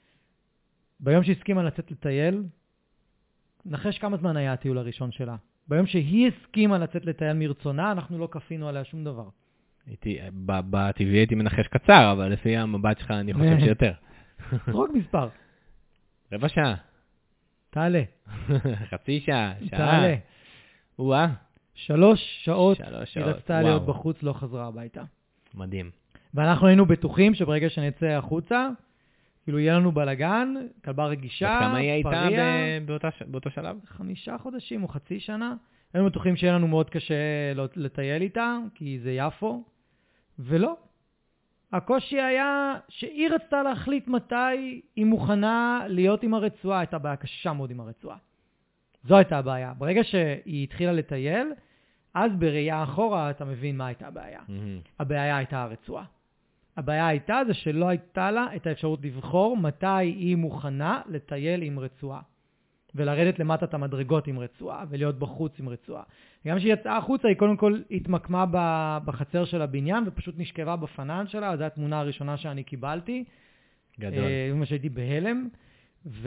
ביום שהסכימה לצאת לטייל, נחש כמה זמן היה הטיול הראשון שלה. ביום שהיא הסכימה לצאת לטייל מרצונה, אנחנו לא כפינו עליה שום דבר. הייתי, בטבעי הייתי מנחש קצר, אבל לפי המבט שלך אני חושב שיותר. זרוק מספר. רבע שעה. תעלה. חצי שעה, שעה. תעלה. וואה. שלוש שעות. שלוש היא שעות. רצתה להיות בחוץ, לא חזרה הביתה. מדהים. ואנחנו היינו בטוחים שברגע שנצא החוצה, כאילו יהיה לנו בלגן, כלבה רגישה, כמה היא הייתה פריה, באותה, באותו שלב? חמישה חודשים או חצי שנה. היינו בטוחים שיהיה לנו מאוד קשה לטייל איתה, כי זה יפו, ולא. הקושי היה שהיא רצתה להחליט מתי היא מוכנה להיות עם הרצועה, הייתה בעיה קשה מאוד עם הרצועה. זו הייתה הבעיה. ברגע שהיא התחילה לטייל, אז בראייה אחורה אתה מבין מה הייתה הבעיה. Mm-hmm. הבעיה הייתה הרצועה. הבעיה הייתה זה שלא הייתה לה את האפשרות לבחור מתי היא מוכנה לטייל עם רצועה. ולרדת למטה את המדרגות עם רצועה, ולהיות בחוץ עם רצועה. גם כשהיא יצאה החוצה, היא קודם כל התמקמה בחצר של הבניין, ופשוט נשכבה בפנן שלה, זו התמונה הראשונה שאני קיבלתי. גדול. מה שהייתי בהלם. ו...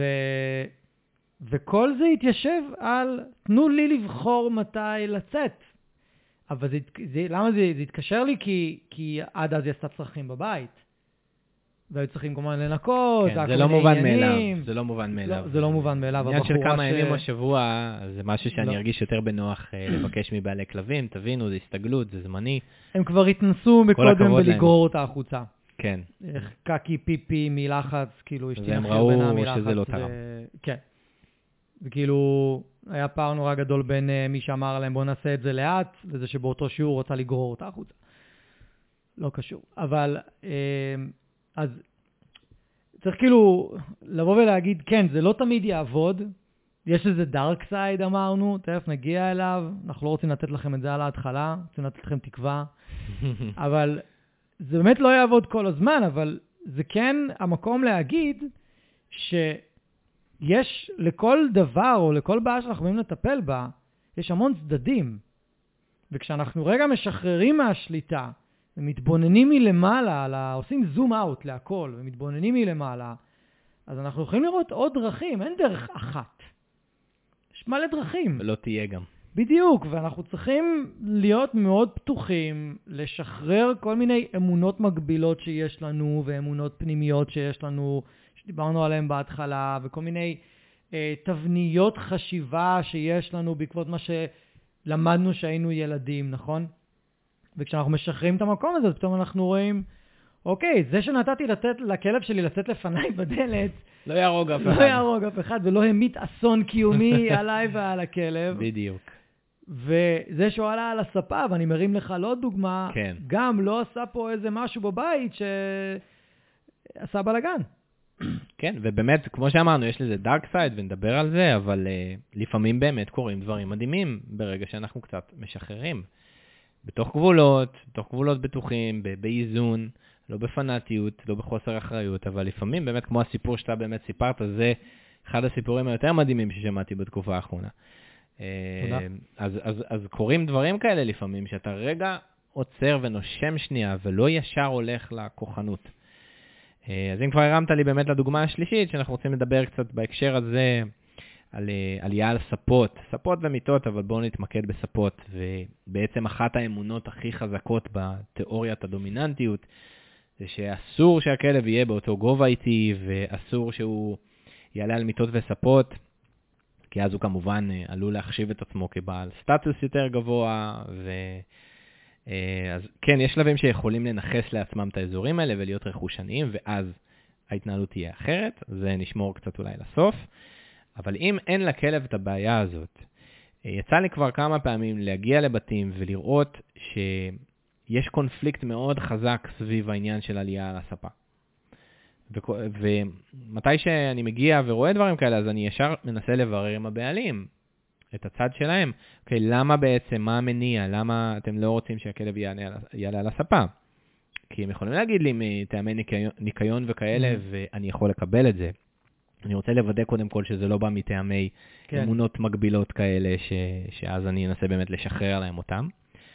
וכל זה התיישב על, תנו לי לבחור מתי לצאת. אבל זה, זה, למה זה, זה התקשר לי? כי, כי עד אז היא עשתה צרכים בבית. והיו צריכים כמובן לנקות. כן, זה לא מובן מאליו. זה לא מובן מאליו. לא, זה לא מובן מאליו. עניין של כמה ימים או שבוע, זה משהו שאני לא. ארגיש יותר בנוח לבקש מבעלי כלבים. תבינו, זה הסתגלות, זה זמני. הם כבר התנסו מקודם ולגרור אותה החוצה. כן. קקי, פיפי, מלחץ, כאילו, והם ראו שזה לא תרם. כן. וכאילו, היה פער נורא גדול בין uh, מי שאמר להם, בוא נעשה את זה לאט, לזה שבאותו שיעור רוצה לגרור אותה החוצה. לא קשור. אבל, uh, אז צריך כאילו לבוא ולהגיד, כן, זה לא תמיד יעבוד. יש איזה דארק סייד, אמרנו, תכף נגיע אליו. אנחנו לא רוצים לתת לכם את זה על ההתחלה, רוצים לתת לכם תקווה. אבל זה באמת לא יעבוד כל הזמן, אבל זה כן המקום להגיד ש... יש לכל דבר או לכל בעיה שאנחנו יכולים לטפל בה, יש המון צדדים. וכשאנחנו רגע משחררים מהשליטה, ומתבוננים מלמעלה, לה, עושים זום אאוט להכל, ומתבוננים מלמעלה, אז אנחנו יכולים לראות עוד דרכים, אין דרך אחת. יש מלא דרכים. ולא תהיה גם. בדיוק, ואנחנו צריכים להיות מאוד פתוחים, לשחרר כל מיני אמונות מגבילות שיש לנו, ואמונות פנימיות שיש לנו, דיברנו עליהם בהתחלה, וכל מיני אה, תבניות חשיבה שיש לנו בעקבות מה שלמדנו שהיינו ילדים, נכון? וכשאנחנו משחררים את המקום הזה, אז פתאום אנחנו רואים, אוקיי, זה שנתתי לתת לכלב שלי לצאת לפניי בדלת, לא ירוג אף אחד. לא ירוג אף אחד, ולא המית אסון קיומי עליי ועל הכלב. בדיוק. וזה שהוא עלה על הספה, ואני מרים לך לא דוגמה, כן. גם לא עשה פה איזה משהו בבית שעשה בלגן. כן, ובאמת, כמו שאמרנו, יש לזה דארק סייד ונדבר על זה, אבל uh, לפעמים באמת קורים דברים מדהימים ברגע שאנחנו קצת משחררים. בתוך גבולות, בתוך גבולות בטוחים, ב- באיזון, לא בפנאטיות, לא בחוסר אחריות, אבל לפעמים באמת כמו הסיפור שאתה באמת סיפרת, זה אחד הסיפורים היותר מדהימים ששמעתי בתקופה האחרונה. תודה. אז, אז, אז קורים דברים כאלה לפעמים, שאתה רגע עוצר ונושם שנייה, ולא ישר הולך לכוחנות. אז אם כבר הרמת לי באמת לדוגמה השלישית, שאנחנו רוצים לדבר קצת בהקשר הזה, על עלייה על ספות, ספות ומיטות, אבל בואו נתמקד בספות, ובעצם אחת האמונות הכי חזקות בתיאוריית הדומיננטיות, זה שאסור שהכלב יהיה באותו גובה איתי, ואסור שהוא יעלה על מיטות וספות, כי אז הוא כמובן עלול להחשיב את עצמו כבעל סטטוס יותר גבוה, ו... אז כן, יש שלבים שיכולים לנחס לעצמם את האזורים האלה ולהיות רכושניים, ואז ההתנהלות תהיה אחרת, זה נשמור קצת אולי לסוף. אבל אם אין לכלב את הבעיה הזאת, יצא לי כבר כמה פעמים להגיע לבתים ולראות שיש קונפליקט מאוד חזק סביב העניין של עלייה על הספה. ו- ומתי שאני מגיע ורואה דברים כאלה, אז אני ישר מנסה לברר עם הבעלים את הצד שלהם. אוקיי, למה בעצם, מה המניע, למה אתם לא רוצים שהכלב יעלה, יעלה על הספה? כי הם יכולים להגיד לי מטעמי ניקיון, ניקיון וכאלה, mm-hmm. ואני יכול לקבל את זה. אני רוצה לוודא קודם כל שזה לא בא מטעמי כן. אמונות מגבילות כאלה, ש, שאז אני אנסה באמת לשחרר להם אותם.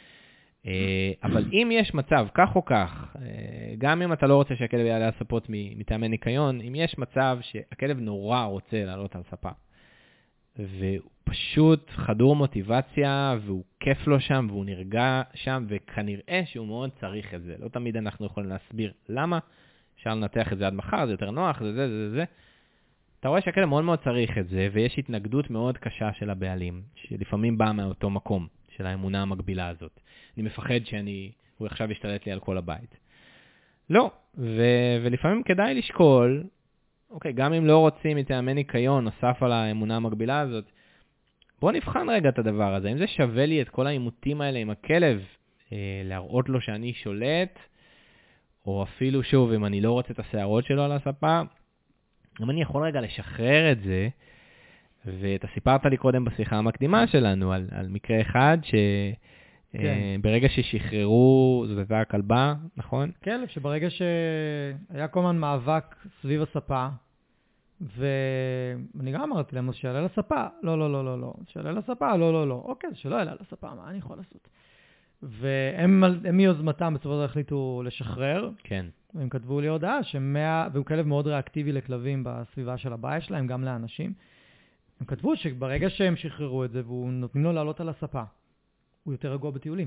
אבל אם יש מצב, כך או כך, גם אם אתה לא רוצה שהכלב יעלה על ספות מטעמי ניקיון, אם יש מצב שהכלב נורא רוצה לעלות על ספה, והוא פשוט חדור מוטיבציה, והוא כיף לו שם, והוא נרגע שם, וכנראה שהוא מאוד צריך את זה. לא תמיד אנחנו יכולים להסביר למה, אפשר לנתח את זה עד מחר, זה יותר נוח, זה זה זה זה. אתה רואה שהכלב מאוד מאוד צריך את זה, ויש התנגדות מאוד קשה של הבעלים, שלפעמים באה מאותו מקום, של האמונה המקבילה הזאת. אני מפחד שאני, הוא עכשיו ישתלט לי על כל הבית. לא, ו- ולפעמים כדאי לשקול, אוקיי, גם אם לא רוצים מטעמי ניקיון, נוסף על האמונה המקבילה הזאת, בוא נבחן רגע את הדבר הזה. אם זה שווה לי את כל האימותים האלה עם הכלב, אה, להראות לו שאני שולט, או אפילו שוב, אם אני לא רוצה את השערות שלו על הספה, אם אני יכול רגע לשחרר את זה, ואתה סיפרת לי קודם בשיחה המקדימה שלנו, על, על מקרה אחד ש... כן. ברגע ששחררו, זאת הייתה הכלבה, נכון? כלב, שברגע שהיה כל הזמן מאבק סביב הספה, ואני גם אמרתי להם, אז שיעלה לספה, לא, לא, לא, לא, לא, שיעלה לספה, לא, לא, לא, אוקיי, שלא יעלה לספה, מה אני יכול לעשות? והם מיוזמתם בסופו של דבר החליטו לשחרר, כן. והם כתבו לי הודעה, שמאה, והוא כלב מאוד ריאקטיבי לכלבים בסביבה של הבית שלהם, גם לאנשים, הם כתבו שברגע שהם שחררו את זה, והוא נותנים לו לעלות על הספה, הוא יותר רגוע בטיולים.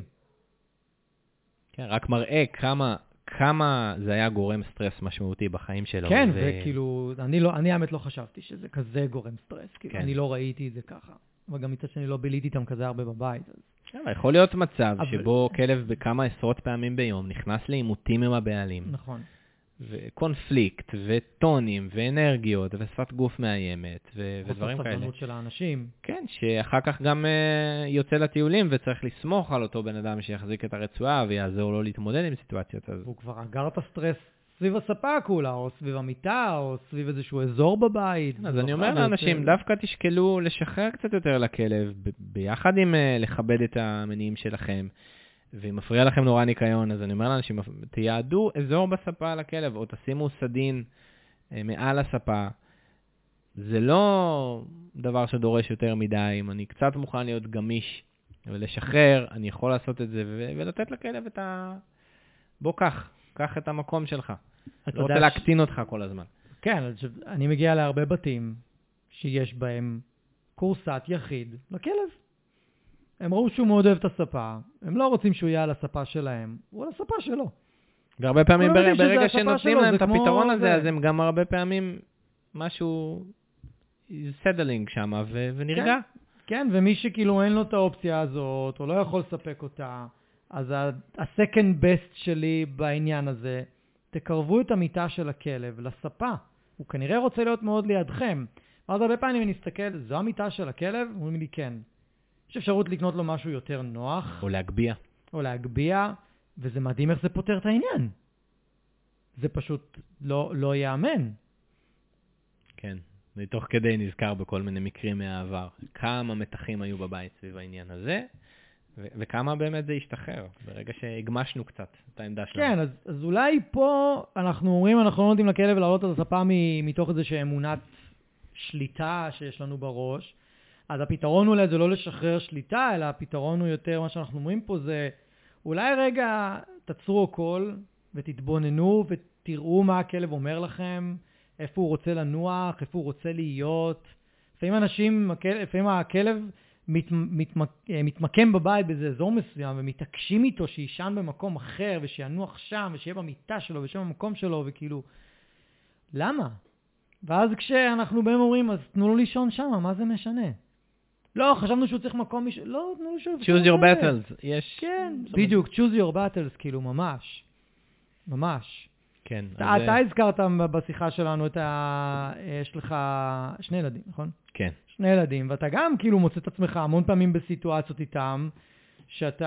כן, רק מראה כמה, כמה זה היה גורם סטרס משמעותי בחיים שלו. כן, ו... וכאילו, אני לא, אני האמת לא חשבתי שזה כזה גורם סטרס, כאילו, כן. אני לא ראיתי את זה ככה. אבל גם מצד שאני לא ביליתי איתם כזה הרבה בבית. אז... כן, יכול להיות מצב אבל... שבו כלב בכמה עשרות פעמים ביום נכנס לאימותים עם הבעלים. נכון. וקונפליקט, וטונים, ואנרגיות, ושפת גוף מאיימת, ו- ודברים כאלה. חוסר סבלנות של האנשים. כן, שאחר כך גם uh, יוצא לטיולים, וצריך לסמוך על אותו בן אדם שיחזיק את הרצועה, ויעזור לו להתמודד עם סיטואציות. אז... הוא כבר אגר את הסטרס סביב הספה כולה, או סביב המיטה, או סביב איזשהו אזור בבית. אז אני אומר לאנשים, יותר... דווקא תשקלו לשחרר קצת יותר לכלב, ב- ביחד עם uh, לכבד את המניעים שלכם. ואם מפריע לכם נורא ניקיון, אז אני אומר לאנשים, תיעדו אזור בספה על הכלב, או תשימו סדין מעל הספה. זה לא דבר שדורש יותר מדי. אם אני קצת מוכן להיות גמיש ולשחרר, אני יכול לעשות את זה ו- ולתת לכלב את ה... בוא קח, קח את המקום שלך. לא רוצה להקטין אותך כל הזמן. כן, אני מגיע להרבה בתים שיש בהם קורסת יחיד לכלב. הם ראו שהוא מאוד אוהב את הספה, הם לא רוצים שהוא יהיה על הספה שלהם, הוא על הספה שלו. והרבה פעמים ברגע, ברגע שנותנים להם את הפתרון הזה, זה... אז הם גם הרבה פעמים משהו סדלינג שם ו- ונרגע. כן, כן, ומי שכאילו אין לו את האופציה הזאת, או לא יכול לספק אותה, אז ה-second best שלי בעניין הזה, תקרבו את המיטה של הכלב לספה. הוא כנראה רוצה להיות מאוד לידכם. אז הרבה פעמים אני מסתכל, זו המיטה של הכלב? הוא אומר לי כן. יש אפשרות לקנות לו משהו יותר נוח. או להגביע. או להגביע, וזה מדהים איך זה פותר את העניין. זה פשוט לא, לא יאמן. כן, מתוך כדי נזכר בכל מיני מקרים מהעבר. כמה מתחים היו בבית סביב העניין הזה, ו- וכמה באמת זה השתחרר, ברגע שהגמשנו קצת את העמדה שלנו. כן, אז, אז אולי פה אנחנו אומרים, אנחנו לא נותנים לכלב לעלות על הספה מתוך איזושהי אמונת שליטה שיש לנו בראש, אז הפתרון אולי זה לא לשחרר שליטה, אלא הפתרון הוא יותר, מה שאנחנו אומרים פה זה, אולי רגע תצרו הכל ותתבוננו ותראו מה הכלב אומר לכם, איפה הוא רוצה לנוח, איפה הוא רוצה להיות, לפעמים אנשים, לפעמים הכלב מת, מתמק, מתמקם בבית באיזה אזור מסוים, ומתעקשים איתו שישן במקום אחר, ושיינוח שם, ושיהיה במיטה שלו, ושם במקום שלו, וכאילו, למה? ואז כשאנחנו בהם אומרים, אז תנו לו לישון שם, מה זה משנה? לא, חשבנו שהוא צריך מקום מישהו, לא, תנו לו שהוא... choose your battles, יש... כן, בדיוק, choose your battles, כאילו, ממש. ממש. כן. אתה, אתה הזכרת בשיחה שלנו את ה... יש לך שני ילדים, נכון? כן. שני ילדים, ואתה גם כאילו מוצא את עצמך המון פעמים בסיטואציות איתם, שאתה...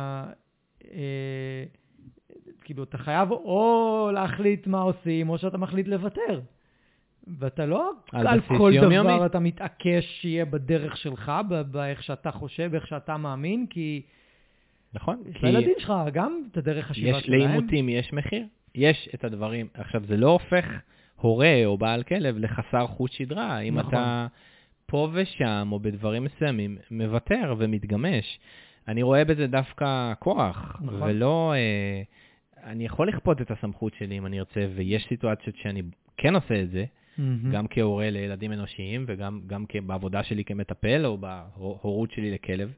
אה, כאילו, אתה חייב או להחליט מה עושים, או שאתה מחליט לוותר. ואתה לא על, על כל דבר יומי. אתה מתעקש שיהיה בדרך שלך, באיך שאתה חושב, באיך שאתה מאמין, כי... נכון. יש לילדים שלך גם את הדרך השיבה יש שלהם. לאימותים, יש מחיר. יש את הדברים. עכשיו, זה לא הופך הורה או בעל כלב לחסר חוט שדרה. אם נכון. אתה פה ושם, או בדברים מסוימים, מוותר ומתגמש. אני רואה בזה דווקא כוח, נכון. ולא... אה, אני יכול לכפות את הסמכות שלי אם אני ארצה, ויש סיטואציות שאני כן עושה את זה, mm-hmm. גם כהורה לילדים אנושיים, וגם גם בעבודה שלי כמטפל, או בהורות שלי לכלב.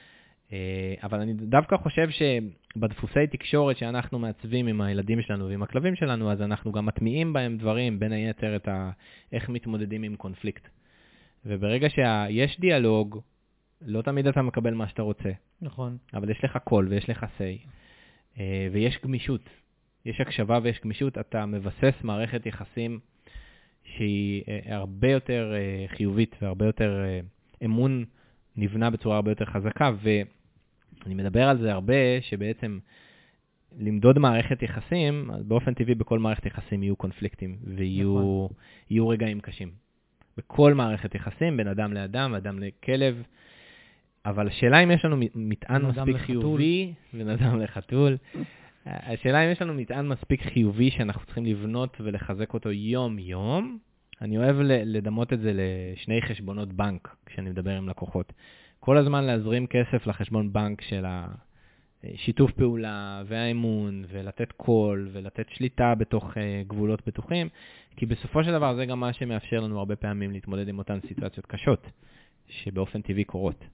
אבל אני דווקא חושב שבדפוסי תקשורת שאנחנו מעצבים עם הילדים שלנו ועם הכלבים שלנו, אז אנחנו גם מטמיעים בהם דברים, בין היתר את ה... איך מתמודדים עם קונפליקט. וברגע שיש דיאלוג, לא תמיד אתה מקבל מה שאתה רוצה. נכון. אבל יש לך קול ויש לך say. ויש גמישות. יש הקשבה ויש גמישות. אתה מבסס מערכת יחסים שהיא הרבה יותר חיובית והרבה יותר אמון נבנה בצורה הרבה יותר חזקה, ואני מדבר על זה הרבה, שבעצם למדוד מערכת יחסים, באופן טבעי בכל מערכת יחסים יהיו קונפליקטים, ויהיו יהיו רגעים קשים. בכל מערכת יחסים, בין אדם לאדם, אדם לכלב, אבל השאלה אם יש לנו מטען מספיק חיובי, בין אדם לחתול, השאלה אם יש לנו מטען מספיק חיובי שאנחנו צריכים לבנות ולחזק אותו יום-יום, אני אוהב לדמות את זה לשני חשבונות בנק, כשאני מדבר עם לקוחות. כל הזמן להזרים כסף לחשבון בנק של השיתוף פעולה והאמון, ולתת קול, ולתת שליטה בתוך גבולות בטוחים, כי בסופו של דבר זה גם מה שמאפשר לנו הרבה פעמים להתמודד עם אותן סיטואציות קשות, שבאופן טבעי קורות.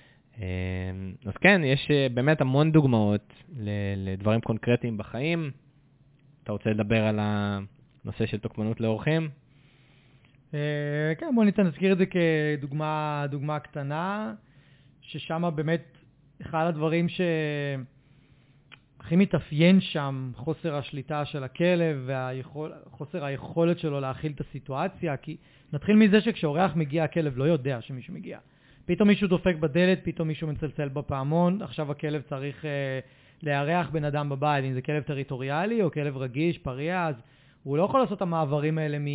אז כן, יש באמת המון דוגמאות לדברים קונקרטיים בחיים. אתה רוצה לדבר על הנושא של תוקפנות לאורחים? כן, בוא ניתן, נזכיר את זה כדוגמה דוגמה קטנה, ששם באמת אחד הדברים שהכי מתאפיין שם חוסר השליטה של הכלב וחוסר היכולת שלו להכיל את הסיטואציה, כי נתחיל מזה שכשאורח מגיע הכלב לא יודע שמישהו מגיע. פתאום מישהו דופק בדלת, פתאום מישהו מצלצל בפעמון, עכשיו הכלב צריך אה, לארח בן אדם בבית, אם זה כלב טריטוריאלי או כלב רגיש, פריע, אז הוא לא יכול לעשות את המעברים האלה מ...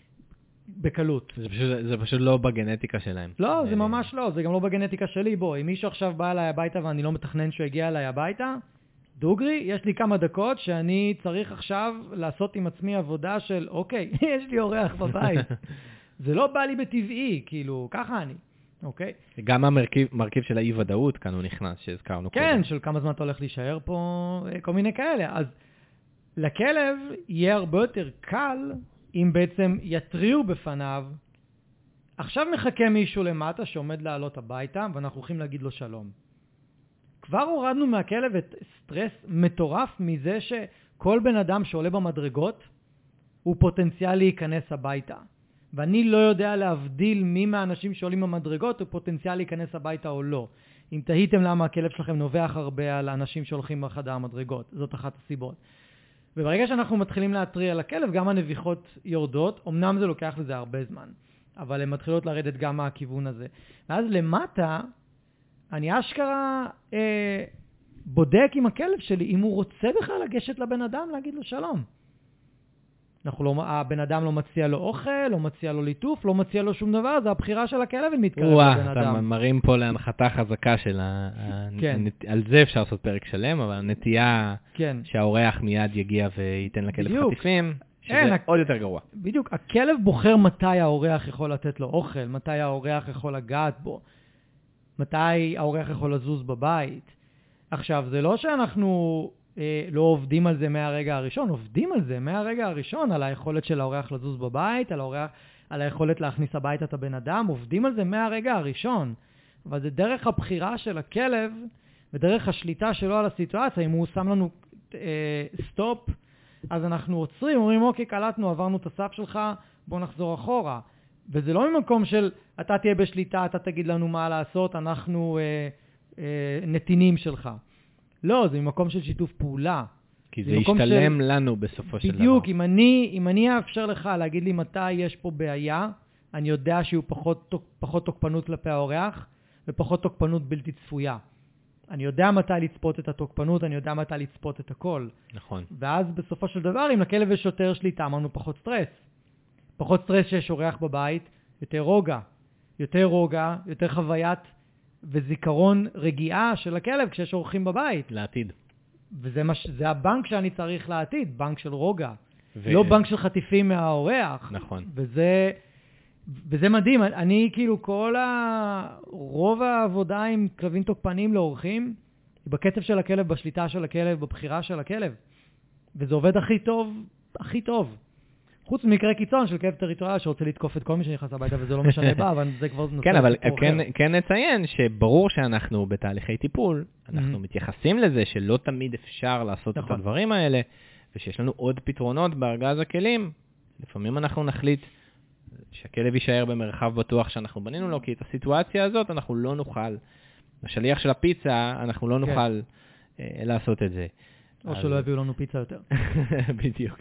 בקלות. זה פשוט, זה פשוט לא בגנטיקה שלהם. לא, זה ממש לא, זה גם לא בגנטיקה שלי. בוא, אם מישהו עכשיו בא אליי הביתה ואני לא מתכנן שהוא יגיע אליי הביתה, דוגרי, יש לי כמה דקות שאני צריך עכשיו לעשות עם עצמי עבודה של, אוקיי, יש לי אורח בבית. זה לא בא לי בטבעי, כאילו, ככה אני. אוקיי? גם המרכיב מרכיב של האי-ודאות כאן הוא נכנס, שהזכרנו כן, קודם. של כמה זמן אתה הולך להישאר פה, כל מיני כאלה. אז לכלב יהיה הרבה יותר קל אם בעצם יטריעו בפניו, עכשיו מחכה מישהו למטה שעומד לעלות הביתה, ואנחנו הולכים להגיד לו שלום. כבר הורדנו מהכלב את סטרס מטורף מזה שכל בן אדם שעולה במדרגות, הוא פוטנציאל להיכנס הביתה. ואני לא יודע להבדיל מי מהאנשים שעולים במדרגות, הוא פוטנציאל להיכנס הביתה או לא. אם תהיתם למה הכלב שלכם נובח הרבה על האנשים שהולכים בחדר המדרגות, זאת אחת הסיבות. וברגע שאנחנו מתחילים להטריע לכלב, גם הנביחות יורדות, אמנם זה לוקח לזה הרבה זמן, אבל הן מתחילות לרדת גם מהכיוון הזה. ואז למטה, אני אשכרה אה, בודק עם הכלב שלי, אם הוא רוצה בכלל לגשת לבן אדם, להגיד לו שלום. אנחנו לא, הבן אדם לא מציע לו אוכל, לא מציע לו ליטוף, לא מציע לו שום דבר, זה הבחירה של הכלב אם מתקרב לבן אדם. אתה מראים פה להנחתה חזקה של ה... כן. על זה אפשר לעשות פרק שלם, אבל הנטייה כן. שהאורח מיד יגיע וייתן לכלב בדיוק. חטיפים, שזה אין, עוד יותר גרוע. בדיוק, הכלב בוחר מתי האורח יכול לתת לו אוכל, מתי האורח יכול לגעת בו, מתי האורח יכול לזוז בבית. עכשיו, זה לא שאנחנו אה, לא עובדים על זה מהרגע הראשון, עובדים על זה מהרגע הראשון, על היכולת של האורח לזוז בבית, על, האורח, על היכולת להכניס הביתה את הבן אדם, עובדים על זה מהרגע הראשון. אבל זה דרך הבחירה של הכלב, ודרך השליטה שלו על הסיטואציה. אם הוא שם לנו אה, סטופ, אז אנחנו עוצרים, אומרים, אוקיי, קלטנו, עברנו את הסף שלך, בוא נחזור אחורה. וזה לא ממקום של, אתה תהיה בשליטה, אתה תגיד לנו מה לעשות, אנחנו אה, אה, נתינים שלך. לא, זה ממקום של שיתוף פעולה. כי זה, זה ישתלם של... לנו בסופו של דבר. בדיוק, אם אני, אם אני אאפשר לך להגיד לי מתי יש פה בעיה, אני יודע שיהיו פחות, פחות תוקפנות כלפי האורח, ופחות תוקפנות בלתי צפויה. אני יודע מתי לצפות את התוקפנות, אני יודע מתי לצפות את הכל. נכון. ואז בסופו של דבר, אם לכלב יש יותר שליטה, אמרנו פחות סטרס. פחות סטרס שיש אורח בבית, יותר רוגע. יותר רוגע, יותר חוויית וזיכרון רגיעה של הכלב כשיש אורחים בבית. לעתיד. וזה מש... זה הבנק שאני צריך לעתיד, בנק של רוגע. ו... לא בנק של חטיפים מהאורח. נכון. וזה... וזה מדהים, אני כאילו כל ה... רוב העבודה עם כלבים תוקפנים לאורחים, היא בקצב של הכלב, בשליטה של הכלב, בבחירה של הכלב. וזה עובד הכי טוב, הכי טוב. חוץ ממקרה קיצון של כלב טריטוריאלי שרוצה לתקוף את כל מי שנכנס הביתה, וזה לא משנה בה, אבל זה כבר נושא כן, אבל כן, כן נציין שברור שאנחנו בתהליכי טיפול, אנחנו מתייחסים לזה שלא תמיד אפשר לעשות את הדברים האלה, ושיש לנו עוד פתרונות בארגז הכלים. לפעמים אנחנו נחליט שהכלב יישאר במרחב בטוח שאנחנו בנינו לו, כי את הסיטואציה הזאת אנחנו לא נוכל, בשליח של הפיצה אנחנו לא נוכל אה, לעשות את זה. או אז... שלא הביאו לנו פיצה יותר. בדיוק.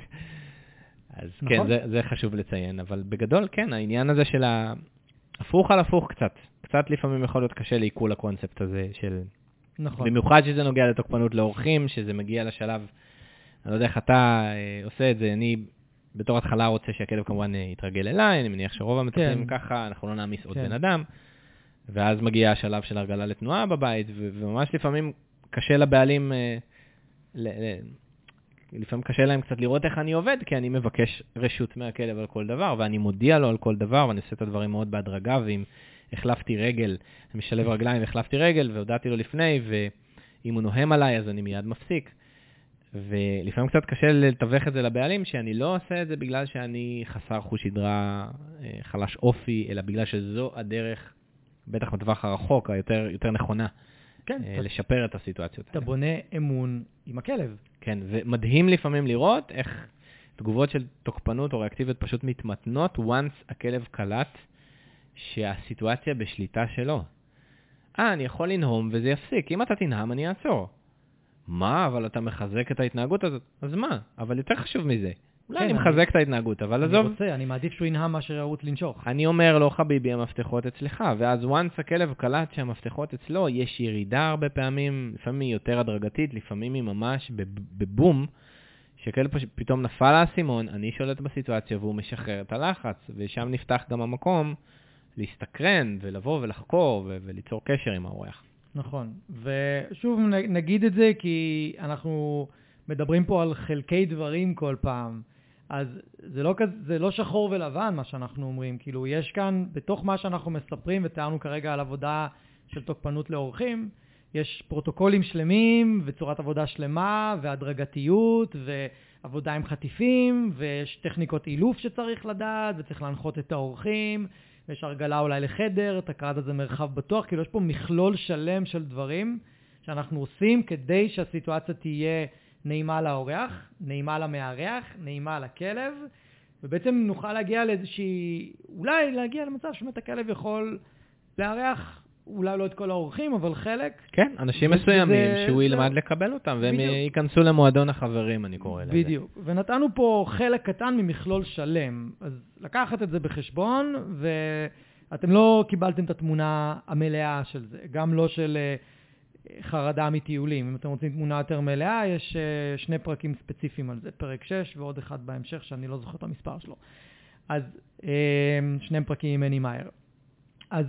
אז נכון? כן, זה, זה חשוב לציין, אבל בגדול כן, העניין הזה של ההפוך על הפוך קצת, קצת לפעמים יכול להיות קשה לעיכול הקונספט הזה של... נכון. במיוחד שזה נוגע לתוקפנות לאורחים, שזה מגיע לשלב, אני לא יודע איך אתה אה, עושה את זה, אני... בתור התחלה רוצה שהכלב כמובן יתרגל אליי, אני מניח שרוב המטפלים כן. ככה, אנחנו לא נעמיס עוד כן. בן אדם, ואז מגיע השלב של הרגלה לתנועה בבית, ו- וממש לפעמים קשה לבעלים, אה, ל- ל- לפעמים קשה להם קצת לראות איך אני עובד, כי אני מבקש רשות מהכלב על כל דבר, ואני מודיע לו על כל דבר, ואני עושה את הדברים מאוד בהדרגה, ואם החלפתי רגל, אני משלב רגליים והחלפתי רגל, והודעתי לו לפני, ואם הוא נוהם עליי, אז אני מיד מפסיק. ולפעמים קצת קשה לתווך את זה לבעלים, שאני לא עושה את זה בגלל שאני חסר חוש שדרה, חלש אופי, אלא בגלל שזו הדרך, בטח בטווח הרחוק, היותר יותר נכונה, כן, לשפר את הסיטואציות. אתה בונה אמון עם הכלב. כן, ומדהים לפעמים לראות איך תגובות של תוקפנות או ריאקטיביות פשוט מתמתנות, once הכלב קלט שהסיטואציה בשליטה שלו. אה, אני יכול לנהום וזה יפסיק. אם אתה תנהם, אני אעצור. מה? אבל אתה מחזק את ההתנהגות הזאת. אז מה? אבל יותר חשוב מזה. אולי אני מחזק את ההתנהגות, אבל עזוב. אני רוצה, אני מעדיף שהוא ינהם מאשר ירוץ לנשוך. אני אומר לו, חביבי, המפתחות אצלך, ואז once הכלב קלט שהמפתחות אצלו, יש ירידה הרבה פעמים, לפעמים היא יותר הדרגתית, לפעמים היא ממש בבום, שכלב פתאום נפל האסימון, אני שולט בסיטואציה והוא משחרר את הלחץ, ושם נפתח גם המקום להסתקרן ולבוא ולחקור וליצור קשר עם האורח. נכון, ושוב נגיד את זה כי אנחנו מדברים פה על חלקי דברים כל פעם, אז זה לא, זה לא שחור ולבן מה שאנחנו אומרים, כאילו יש כאן בתוך מה שאנחנו מספרים ותיארנו כרגע על עבודה של תוקפנות לאורחים, יש פרוטוקולים שלמים וצורת עבודה שלמה והדרגתיות ועבודה עם חטיפים ויש טכניקות אילוף שצריך לדעת וצריך להנחות את האורחים, ויש הרגלה אולי לחדר, אתה קראת את זה מרחב בטוח, כאילו יש פה מכלול שלם של דברים שאנחנו עושים כדי שהסיטואציה תהיה נעימה לאורח, נעימה למארח, נעימה לכלב, ובעצם נוכל להגיע לאיזושהי, אולי להגיע למצב שבאמת הכלב יכול לארח, אולי לא את כל האורחים, אבל חלק. כן, אנשים מסוימים שהוא ילמד לקבל אותם, והם ייכנסו למועדון החברים, אני קורא לזה. בדיוק, ונתנו פה חלק קטן ממכלול שלם, אז לקחת את זה בחשבון, ואתם לא קיבלתם את התמונה המלאה של זה, גם לא של חרדה מטיולים. אם אתם רוצים תמונה יותר מלאה, יש שני פרקים ספציפיים על זה, פרק שש ועוד אחד בהמשך, שאני לא זוכר את המספר שלו. אז שני פרקים עם מני מאייר. אז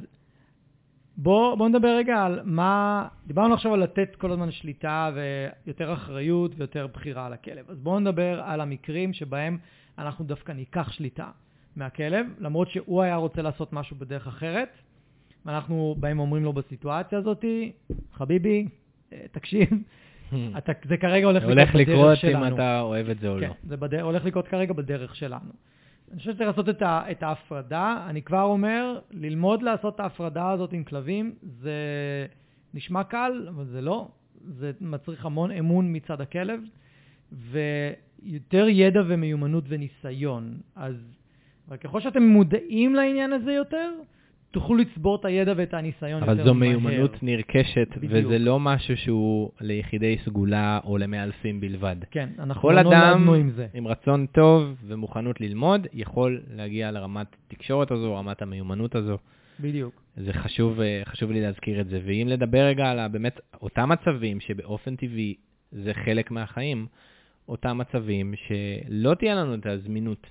בוא, בוא נדבר רגע על מה, דיברנו עכשיו על לתת כל הזמן שליטה ויותר אחריות ויותר בחירה על הכלב. אז בואו נדבר על המקרים שבהם אנחנו דווקא ניקח שליטה מהכלב, למרות שהוא היה רוצה לעשות משהו בדרך אחרת, ואנחנו באים אומרים לו בסיטואציה הזאת, חביבי, תקשיב, אתה, זה כרגע הולך, הולך לקרות בדרך שלנו. הולך לקרות אם אתה אוהב את זה או כן, לא. זה בדרך, הולך לקרות כרגע בדרך שלנו. אני חושב שצריך לעשות את, ה, את ההפרדה. אני כבר אומר, ללמוד לעשות את ההפרדה הזאת עם כלבים, זה נשמע קל, אבל זה לא. זה מצריך המון אמון מצד הכלב, ויותר ידע ומיומנות וניסיון. אז ככל שאתם מודעים לעניין הזה יותר, תוכלו לצבור את הידע ואת הניסיון יותר מהר. אבל זו מיומנות נרכשת, בדיוק. וזה לא משהו שהוא ליחידי סגולה או למאלפים בלבד. כן, אנחנו לא נולדנו עם זה. כל אדם עם רצון טוב ומוכנות ללמוד, יכול להגיע לרמת תקשורת הזו, רמת המיומנות הזו. בדיוק. זה חשוב, חשוב לי להזכיר את זה. ואם לדבר רגע על באמת אותם מצבים שבאופן טבעי זה חלק מהחיים, אותם מצבים שלא תהיה לנו את הזמינות,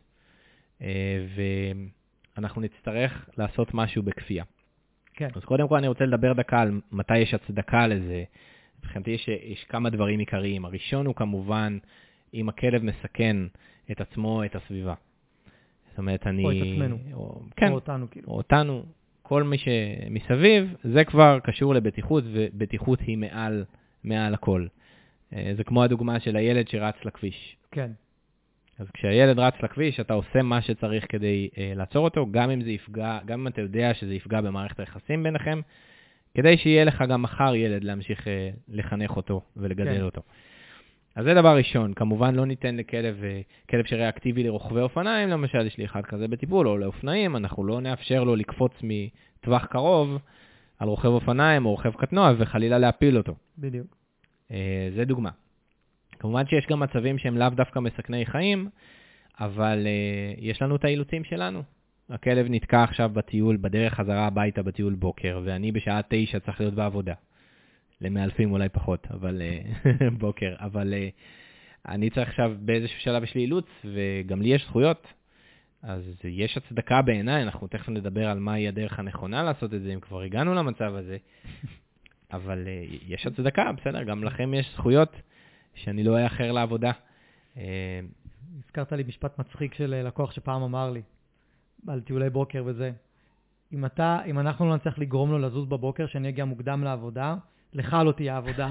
ואנחנו נצטרך לעשות משהו בכפייה. כן. אז קודם כל אני רוצה לדבר דקה על מתי יש הצדקה לזה. מבחינתי יש, יש כמה דברים עיקריים. הראשון הוא כמובן אם הכלב מסכן את עצמו, את הסביבה. זאת אומרת, אני... או את עצמנו. או, כן. או אותנו, כאילו. או אותנו. כל מי שמסביב, זה כבר קשור לבטיחות, ובטיחות היא מעל, מעל הכל. זה כמו הדוגמה של הילד שרץ לכביש. כן. אז כשהילד רץ לכביש, אתה עושה מה שצריך כדי uh, לעצור אותו, גם אם זה יפגע, גם אם אתה יודע שזה יפגע במערכת היחסים ביניכם, כדי שיהיה לך גם מחר ילד להמשיך uh, לחנך אותו ולגדל כן. אותו. אז זה דבר ראשון. כמובן לא ניתן לכלב, uh, כלב שריאקטיבי לרוכבי אופניים, למשל יש לי אחד כזה בטיפול, או לאופניים, אנחנו לא נאפשר לו לקפוץ מטווח קרוב על רוכב אופניים או רוכב קטנוע וחלילה להפיל אותו. בדיוק. Uh, זה דוגמה. כמובן שיש גם מצבים שהם לאו דווקא מסכני חיים, אבל uh, יש לנו את האילוצים שלנו. הכלב נתקע עכשיו בטיול, בדרך חזרה הביתה בטיול בוקר, ואני בשעה תשע צריך להיות בעבודה. למאלפים אולי פחות, אבל uh, בוקר. אבל uh, אני צריך עכשיו באיזשהו שלב יש לי אילוץ, וגם לי יש זכויות. אז יש הצדקה בעיניי, אנחנו תכף נדבר על מהי הדרך הנכונה לעשות את זה, אם כבר הגענו למצב הזה. אבל uh, יש הצדקה, בסדר, גם לכם יש זכויות. שאני לא אאחר לעבודה. הזכרת לי משפט מצחיק של לקוח שפעם אמר לי, על טיולי בוקר וזה. אם אתה, אם אנחנו לא נצטרך לגרום לו לזוז בבוקר, שאני אגיע מוקדם לעבודה, לך לא תהיה עבודה.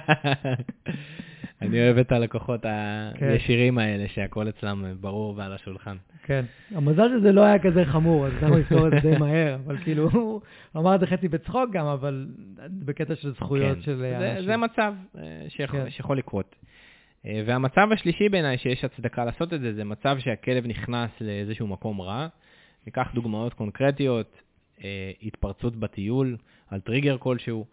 אני אוהב את הלקוחות הישירים האלה, שהכל אצלם ברור ועל השולחן. כן. המזל שזה לא היה כזה חמור, אז אנחנו נזכור את זה די מהר, אבל כאילו, הוא אמר את זה חצי בצחוק גם, אבל בקטע של זכויות של אנשים. זה מצב שיכול לקרות. והמצב השלישי בעיניי שיש הצדקה לעשות את זה, זה מצב שהכלב נכנס לאיזשהו מקום רע. ניקח דוגמאות קונקרטיות, התפרצות בטיול, על טריגר כלשהו,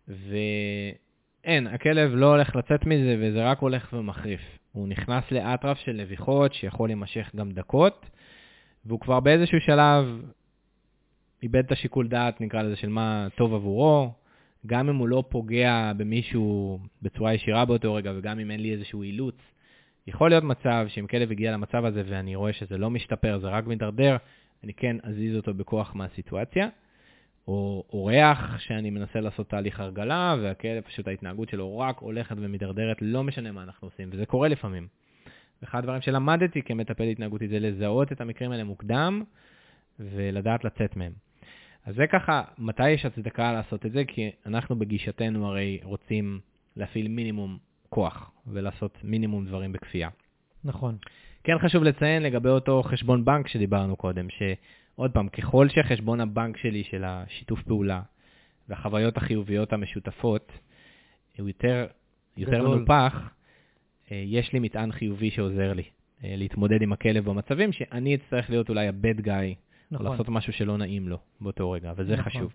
ואין, הכלב לא הולך לצאת מזה, וזה רק הולך ומחריף. הוא נכנס לאטרף של נביחות, שיכול להימשך גם דקות, והוא כבר באיזשהו שלב איבד את השיקול דעת, נקרא לזה, של מה טוב עבורו, גם אם הוא לא פוגע במישהו בצורה ישירה באותו רגע, וגם אם אין לי איזשהו אילוץ, יכול להיות מצב שאם כלב הגיע למצב הזה, ואני רואה שזה לא משתפר, זה רק מדרדר, אני כן אזיז אותו בכוח מהסיטואציה, או אורח שאני מנסה לעשות תהליך הרגלה, והכלב פשוט ההתנהגות שלו רק הולכת ומדרדרת, לא משנה מה אנחנו עושים, וזה קורה לפעמים. אחד הדברים שלמדתי כמטפל התנהגותי זה לזהות את המקרים האלה מוקדם, ולדעת לצאת מהם. אז זה ככה, מתי יש הצדקה לעשות את זה? כי אנחנו בגישתנו הרי רוצים להפעיל מינימום כוח, ולעשות מינימום דברים בכפייה. נכון. כן חשוב לציין לגבי אותו חשבון בנק שדיברנו קודם, שעוד פעם, ככל שחשבון הבנק שלי של השיתוף פעולה, והחוויות החיוביות המשותפות, הוא יותר, יותר מנופח, יש לי מטען חיובי שעוזר לי להתמודד עם הכלב במצבים, שאני אצטרך להיות אולי ה-bad guy, נכון. או לעשות משהו שלא נעים לו באותו רגע, וזה נכון. חשוב.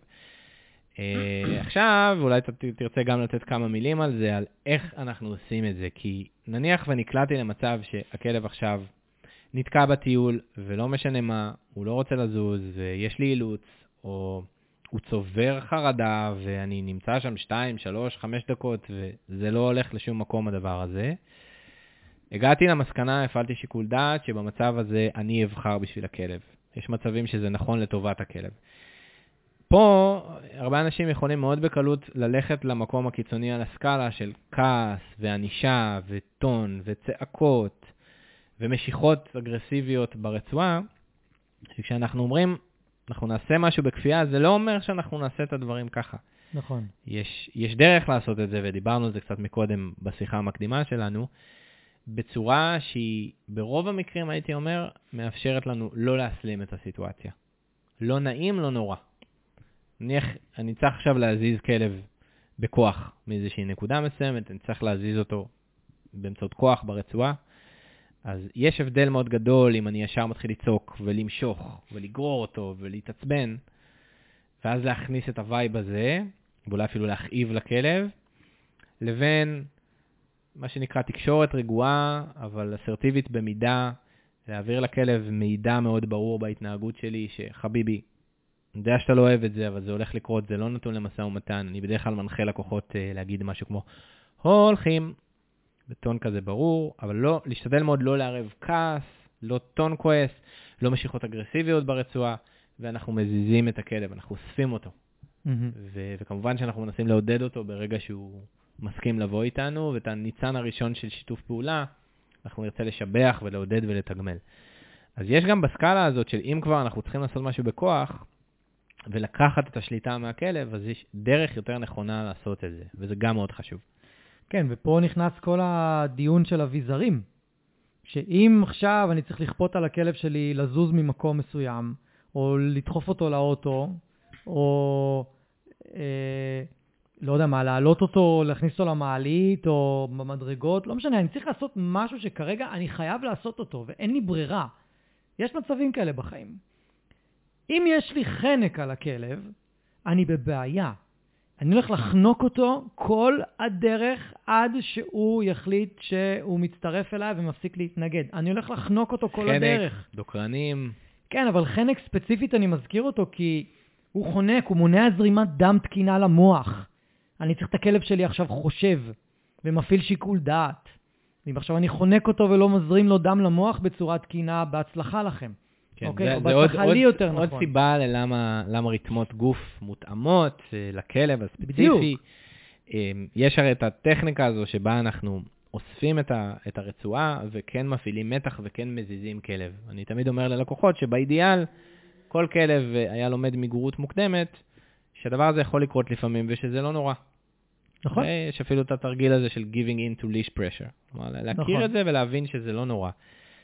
עכשיו, אולי תרצה גם לתת כמה מילים על זה, על איך אנחנו עושים את זה, כי נניח ונקלעתי למצב שהכלב עכשיו נתקע בטיול, ולא משנה מה, הוא לא רוצה לזוז, ויש לי אילוץ, או הוא צובר חרדה, ואני נמצא שם שתיים, שלוש, חמש דקות, וזה לא הולך לשום מקום הדבר הזה. הגעתי למסקנה, הפעלתי שיקול דעת, שבמצב הזה אני אבחר בשביל הכלב. יש מצבים שזה נכון לטובת הכלב. פה, הרבה אנשים יכולים מאוד בקלות ללכת למקום הקיצוני על הסקאלה של כעס, ואנישה, וטון, וצעקות, ומשיכות אגרסיביות ברצועה, שכשאנחנו אומרים, אנחנו נעשה משהו בכפייה, זה לא אומר שאנחנו נעשה את הדברים ככה. נכון. יש, יש דרך לעשות את זה, ודיברנו על זה קצת מקודם בשיחה המקדימה שלנו, בצורה שהיא ברוב המקרים, הייתי אומר, מאפשרת לנו לא להסלים את הסיטואציה. לא נעים, לא נורא. נניח, אני צריך עכשיו להזיז כלב בכוח מאיזושהי נקודה מסוימת, אני צריך להזיז אותו באמצעות כוח ברצועה, אז יש הבדל מאוד גדול אם אני ישר מתחיל לצעוק ולמשוך ולגרור אותו ולהתעצבן, ואז להכניס את הווייב הזה, ואולי אפילו להכאיב לכלב, לבין מה שנקרא תקשורת רגועה, אבל אסרטיבית במידה, להעביר לכלב מידע מאוד ברור בהתנהגות שלי, שחביבי, אני יודע שאתה לא אוהב את זה, אבל זה הולך לקרות, זה לא נתון למשא ומתן. אני בדרך כלל מנחה לקוחות uh, להגיד משהו כמו, הולכים, בטון כזה ברור, אבל לא, להשתדל מאוד לא לערב כעס, לא טון כועס, לא משיכות אגרסיביות ברצועה, ואנחנו מזיזים את הכלב, אנחנו אוספים אותו. Mm-hmm. ו- וכמובן שאנחנו מנסים לעודד אותו ברגע שהוא מסכים לבוא איתנו, ואת הניצן הראשון של שיתוף פעולה, אנחנו נרצה לשבח ולעודד ולתגמל. אז יש גם בסקאלה הזאת של אם כבר אנחנו צריכים לעשות משהו בכוח, ולקחת את השליטה מהכלב, אז יש דרך יותר נכונה לעשות את זה, וזה גם מאוד חשוב. כן, ופה נכנס כל הדיון של אביזרים, שאם עכשיו אני צריך לכפות על הכלב שלי לזוז ממקום מסוים, או לדחוף אותו לאוטו, או אה, לא יודע מה, להעלות אותו, להכניס אותו למעלית, או במדרגות, לא משנה, אני צריך לעשות משהו שכרגע אני חייב לעשות אותו, ואין לי ברירה. יש מצבים כאלה בחיים. אם יש לי חנק על הכלב, אני בבעיה. אני הולך לחנוק אותו כל הדרך עד שהוא יחליט שהוא מצטרף אליי ומפסיק להתנגד. אני הולך לחנוק אותו כל חנק, הדרך. חנק, דוקרנים. כן, אבל חנק ספציפית אני מזכיר אותו כי הוא חונק, הוא מונע זרימת דם תקינה למוח. אני צריך את הכלב שלי עכשיו חושב ומפעיל שיקול דעת. אם עכשיו אני חונק אותו ולא מזרים לו דם למוח בצורה תקינה, בהצלחה לכם. כן, אוקיי, זה, או זה עוד, בהצלחה לי יותר עוד נכון. סיבה ללמה למה ריתמות גוף מותאמות לכלב הספציפי. יש הרי את הטכניקה הזו שבה אנחנו אוספים את, ה, את הרצועה וכן מפעילים מתח וכן מזיזים כלב. אני תמיד אומר ללקוחות שבאידיאל כל כלב היה לומד מגורות מוקדמת, שהדבר הזה יכול לקרות לפעמים ושזה לא נורא. נכון. יש אפילו את התרגיל הזה של giving in to leash pressure. כלומר, להכיר נכון. את זה ולהבין שזה לא נורא.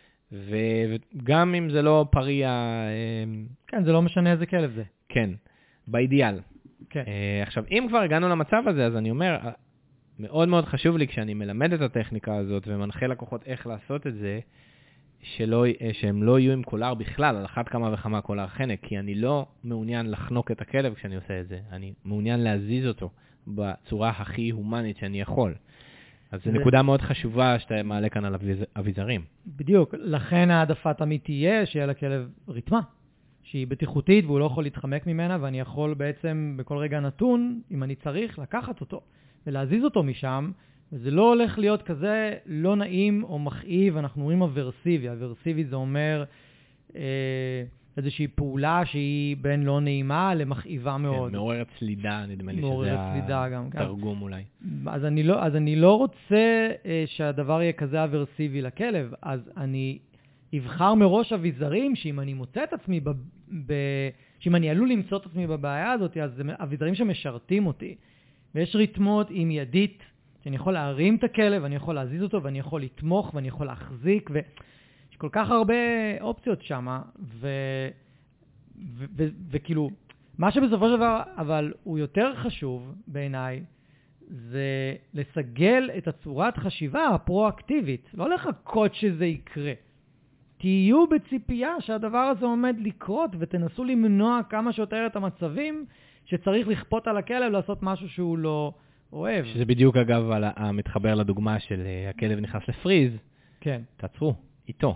וגם אם זה לא פריה... כן, זה לא משנה איזה כלב זה. כן, באידיאל. כן. עכשיו, אם כבר הגענו למצב הזה, אז אני אומר, מאוד מאוד חשוב לי כשאני מלמד את הטכניקה הזאת ומנחה לקוחות איך לעשות את זה, שלא, שהם לא יהיו עם קולר בכלל, על אחת כמה וכמה קולר חנק, כי אני לא מעוניין לחנוק את הכלב כשאני עושה את זה. אני מעוניין להזיז אותו בצורה הכי הומנית שאני יכול. אז זו נקודה מאוד חשובה שאתה מעלה כאן על אביזרים. בדיוק, לכן העדפה תמיד תהיה שיהיה לכלב ריתמה, שהיא בטיחותית והוא לא יכול להתחמק ממנה, ואני יכול בעצם בכל רגע נתון, אם אני צריך, לקחת אותו ולהזיז אותו משם, וזה לא הולך להיות כזה לא נעים או מכאיב, אנחנו אומרים אברסיבי. אברסיבי זה אומר אה, איזושהי פעולה שהיא בין לא נעימה למכאיבה מאוד. כן, מעוררת סלידה, נדמה לי שזה התרגום אולי. אז אני לא, אז אני לא רוצה אה, שהדבר יהיה כזה אברסיבי לכלב, אז אני אבחר מראש אביזרים שאם אני מוצא את עצמי, ב, ב, שאם אני עלול למצוא את עצמי בבעיה הזאת, אז זה אביזרים שמשרתים אותי. ויש ריתמות עם ידית, שאני יכול להרים את הכלב, אני יכול להזיז אותו, ואני יכול לתמוך, ואני יכול להחזיק, ויש כל כך הרבה אופציות שם, ו... ו... ו... וכאילו, מה שבסופו של דבר, אבל הוא יותר חשוב בעיניי, זה לסגל את הצורת חשיבה הפרואקטיבית, לא לחכות שזה יקרה. תהיו בציפייה שהדבר הזה עומד לקרות, ותנסו למנוע כמה שיותר את המצבים שצריך לכפות על הכלב לעשות משהו שהוא לא אוהב. שזה בדיוק אגב על המתחבר לדוגמה של הכלב נכנס לפריז. כן. תעצרו, איתו.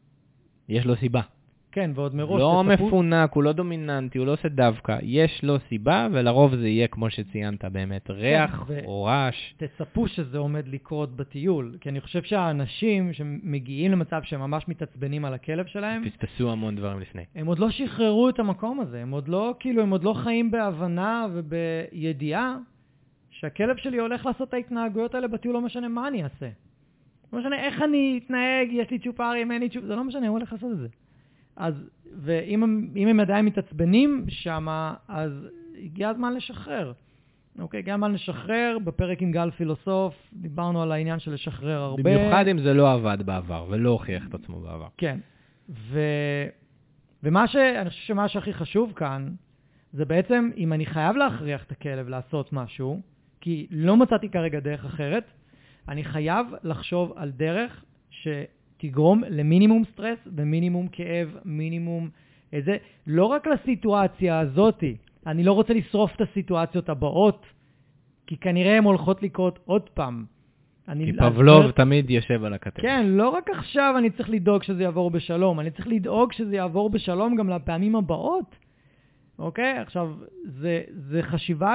יש לו סיבה. כן, ועוד מראש לא מפונק, הוא לא דומיננטי, הוא לא עושה דווקא. יש לו סיבה, ולרוב זה יהיה כמו שציינת באמת, ריח כן, או רעש. תצפו שזה עומד לקרות בטיול, כי אני חושב שהאנשים שמגיעים למצב שהם ממש מתעצבנים על הכלב שלהם, פספסו המון דברים לפני. הם עוד לא שחררו את המקום הזה, הם עוד לא, כאילו, הם עוד לא חיים בהבנה ובידיעה שהכלב שלי הולך לעשות את ההתנהגויות האלה בטיול, לא משנה מה אני אעשה. לא משנה איך אני אתנהג, יש לי צ'ופרים, אין לי צ'ופרים, זה לא משנה, הוא הולך לעשות את זה. אז, ואם הם, אם הם עדיין מתעצבנים שם, אז הגיע הזמן לשחרר. אוקיי, גם על לשחרר, בפרק עם גל פילוסוף, דיברנו על העניין של לשחרר הרבה. במיוחד אם זה לא עבד בעבר, ולא הוכיח את עצמו בעבר. כן. ו... ומה ש... אני חושב שמה שהכי חשוב כאן, זה בעצם, אם אני חייב להכריח את הכלב לעשות משהו, כי לא מצאתי כרגע דרך אחרת, אני חייב לחשוב על דרך שתגרום למינימום סטרס ומינימום כאב, מינימום איזה, לא רק לסיטואציה הזאת, אני לא רוצה לשרוף את הסיטואציות הבאות, כי כנראה הן הולכות לקרות עוד פעם. כי פבלוב אז... תמיד יושב על הכתף. כן, לא רק עכשיו אני צריך לדאוג שזה יעבור בשלום, אני צריך לדאוג שזה יעבור בשלום גם לפעמים הבאות. אוקיי? עכשיו, זה, זה חשיבה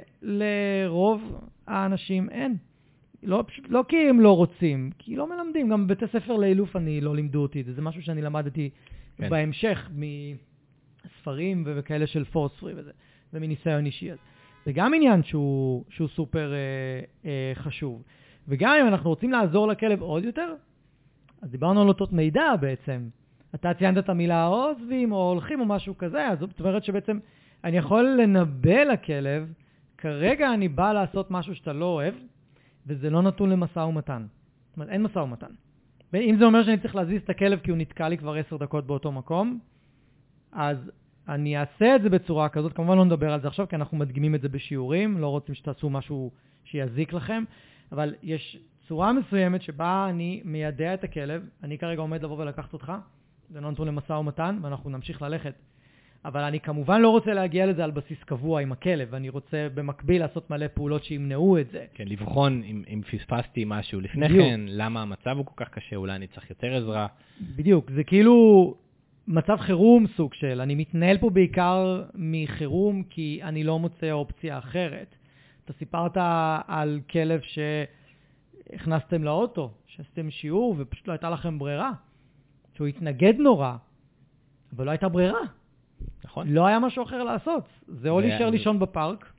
שלרוב האנשים אין. לא, פשוט, לא כי הם לא רוצים, כי לא מלמדים. גם בבית הספר לאילוף אני לא לימדו אותי. זה משהו שאני למדתי כן. בהמשך מספרים וכאלה של פורס פרי וזה, ומניסיון אישי. זה גם עניין שהוא, שהוא סופר אה, אה, חשוב. וגם אם אנחנו רוצים לעזור לכלב עוד יותר, אז דיברנו על אותות מידע בעצם. אתה ציינת את המילה עוזבים או הולכים או משהו כזה, אז זאת אומרת שבעצם אני יכול לנבא לכלב, כרגע אני בא לעשות משהו שאתה לא אוהב, וזה לא נתון למשא ומתן. זאת אומרת, אין משא ומתן. אם זה אומר שאני צריך להזיז את הכלב כי הוא נתקע לי כבר עשר דקות באותו מקום, אז אני אעשה את זה בצורה כזאת, כמובן לא נדבר על זה עכשיו, כי אנחנו מדגימים את זה בשיעורים, לא רוצים שתעשו משהו שיזיק לכם, אבל יש צורה מסוימת שבה אני מיידע את הכלב, אני כרגע עומד לבוא ולקחת אותך, זה לא נתון למשא ומתן, ואנחנו נמשיך ללכת. אבל אני כמובן לא רוצה להגיע לזה על בסיס קבוע עם הכלב, אני רוצה במקביל לעשות מלא פעולות שימנעו את זה. כן, לבחון אם, אם פספסתי משהו לפני בדיוק. כן, למה המצב הוא כל כך קשה, אולי אני צריך יותר עזרה. בדיוק, זה כאילו מצב חירום סוג של, אני מתנהל פה בעיקר מחירום כי אני לא מוצא אופציה אחרת. אתה סיפרת על כלב שהכנסתם לאוטו, שעשיתם שיעור ופשוט לא הייתה לכם ברירה. שהוא התנגד נורא, אבל לא הייתה ברירה. נכון. לא היה משהו אחר לעשות. זה או להישאר לישון בפארק,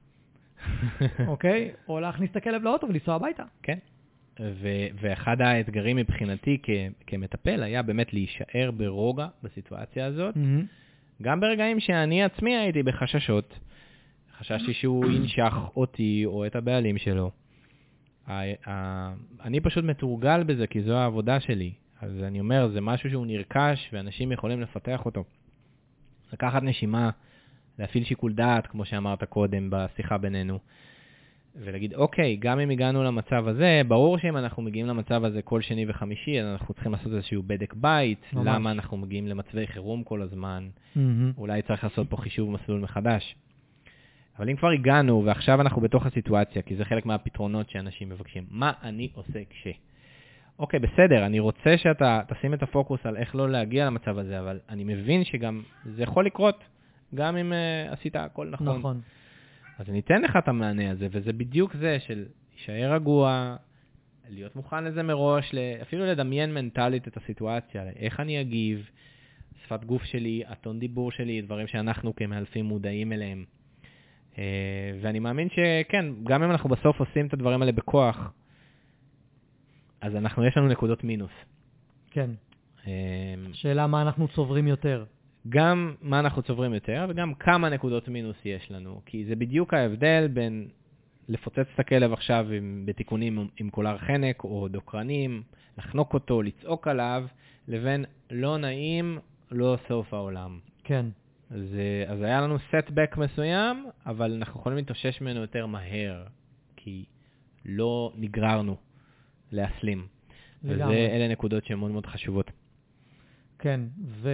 אוקיי? או להכניס את הכלב לאוטו ולנסוע הביתה. כן. ו- ואחד האתגרים מבחינתי כ- כמטפל היה באמת להישאר ברוגע בסיטואציה הזאת. Mm-hmm. גם ברגעים שאני עצמי הייתי בחששות. חששתי שהוא ינשך אותי או את הבעלים שלו. אני פשוט מתורגל בזה כי זו העבודה שלי. אז אני אומר, זה משהו שהוא נרכש ואנשים יכולים לפתח אותו. לקחת נשימה, להפעיל שיקול דעת, כמו שאמרת קודם בשיחה בינינו, ולהגיד, אוקיי, גם אם הגענו למצב הזה, ברור שאם אנחנו מגיעים למצב הזה כל שני וחמישי, אז אנחנו צריכים לעשות איזשהו בדק בית, ממש. למה אנחנו מגיעים למצבי חירום כל הזמן, mm-hmm. אולי צריך לעשות פה חישוב מסלול מחדש. אבל אם כבר הגענו, ועכשיו אנחנו בתוך הסיטואציה, כי זה חלק מהפתרונות שאנשים מבקשים, מה אני עושה כש? אוקיי, בסדר, אני רוצה שאתה תשים את הפוקוס על איך לא להגיע למצב הזה, אבל אני מבין שגם זה יכול לקרות, גם אם uh, עשית הכל נכון. נכון. אז אני אתן לך את המענה הזה, וזה בדיוק זה של להישאר רגוע, להיות מוכן לזה מראש, אפילו לדמיין מנטלית את הסיטואציה, איך אני אגיב, שפת גוף שלי, הטון דיבור שלי, דברים שאנחנו כמאלפים מודעים אליהם. Uh, ואני מאמין שכן, גם אם אנחנו בסוף עושים את הדברים האלה בכוח, אז אנחנו, יש לנו נקודות מינוס. כן. שאלה מה אנחנו צוברים יותר. גם מה אנחנו צוברים יותר, וגם כמה נקודות מינוס יש לנו. כי זה בדיוק ההבדל בין לפוצץ את הכלב עכשיו עם, בתיקונים עם קולר חנק או דוקרנים, לחנוק אותו, לצעוק עליו, לבין לא נעים, לא סוף העולם. כן. אז, אז היה לנו סטבק מסוים, אבל אנחנו יכולים להתאושש ממנו יותר מהר, כי לא נגררנו. להסלים. וזה, אלה נקודות שהן מאוד מאוד חשובות. כן, ו...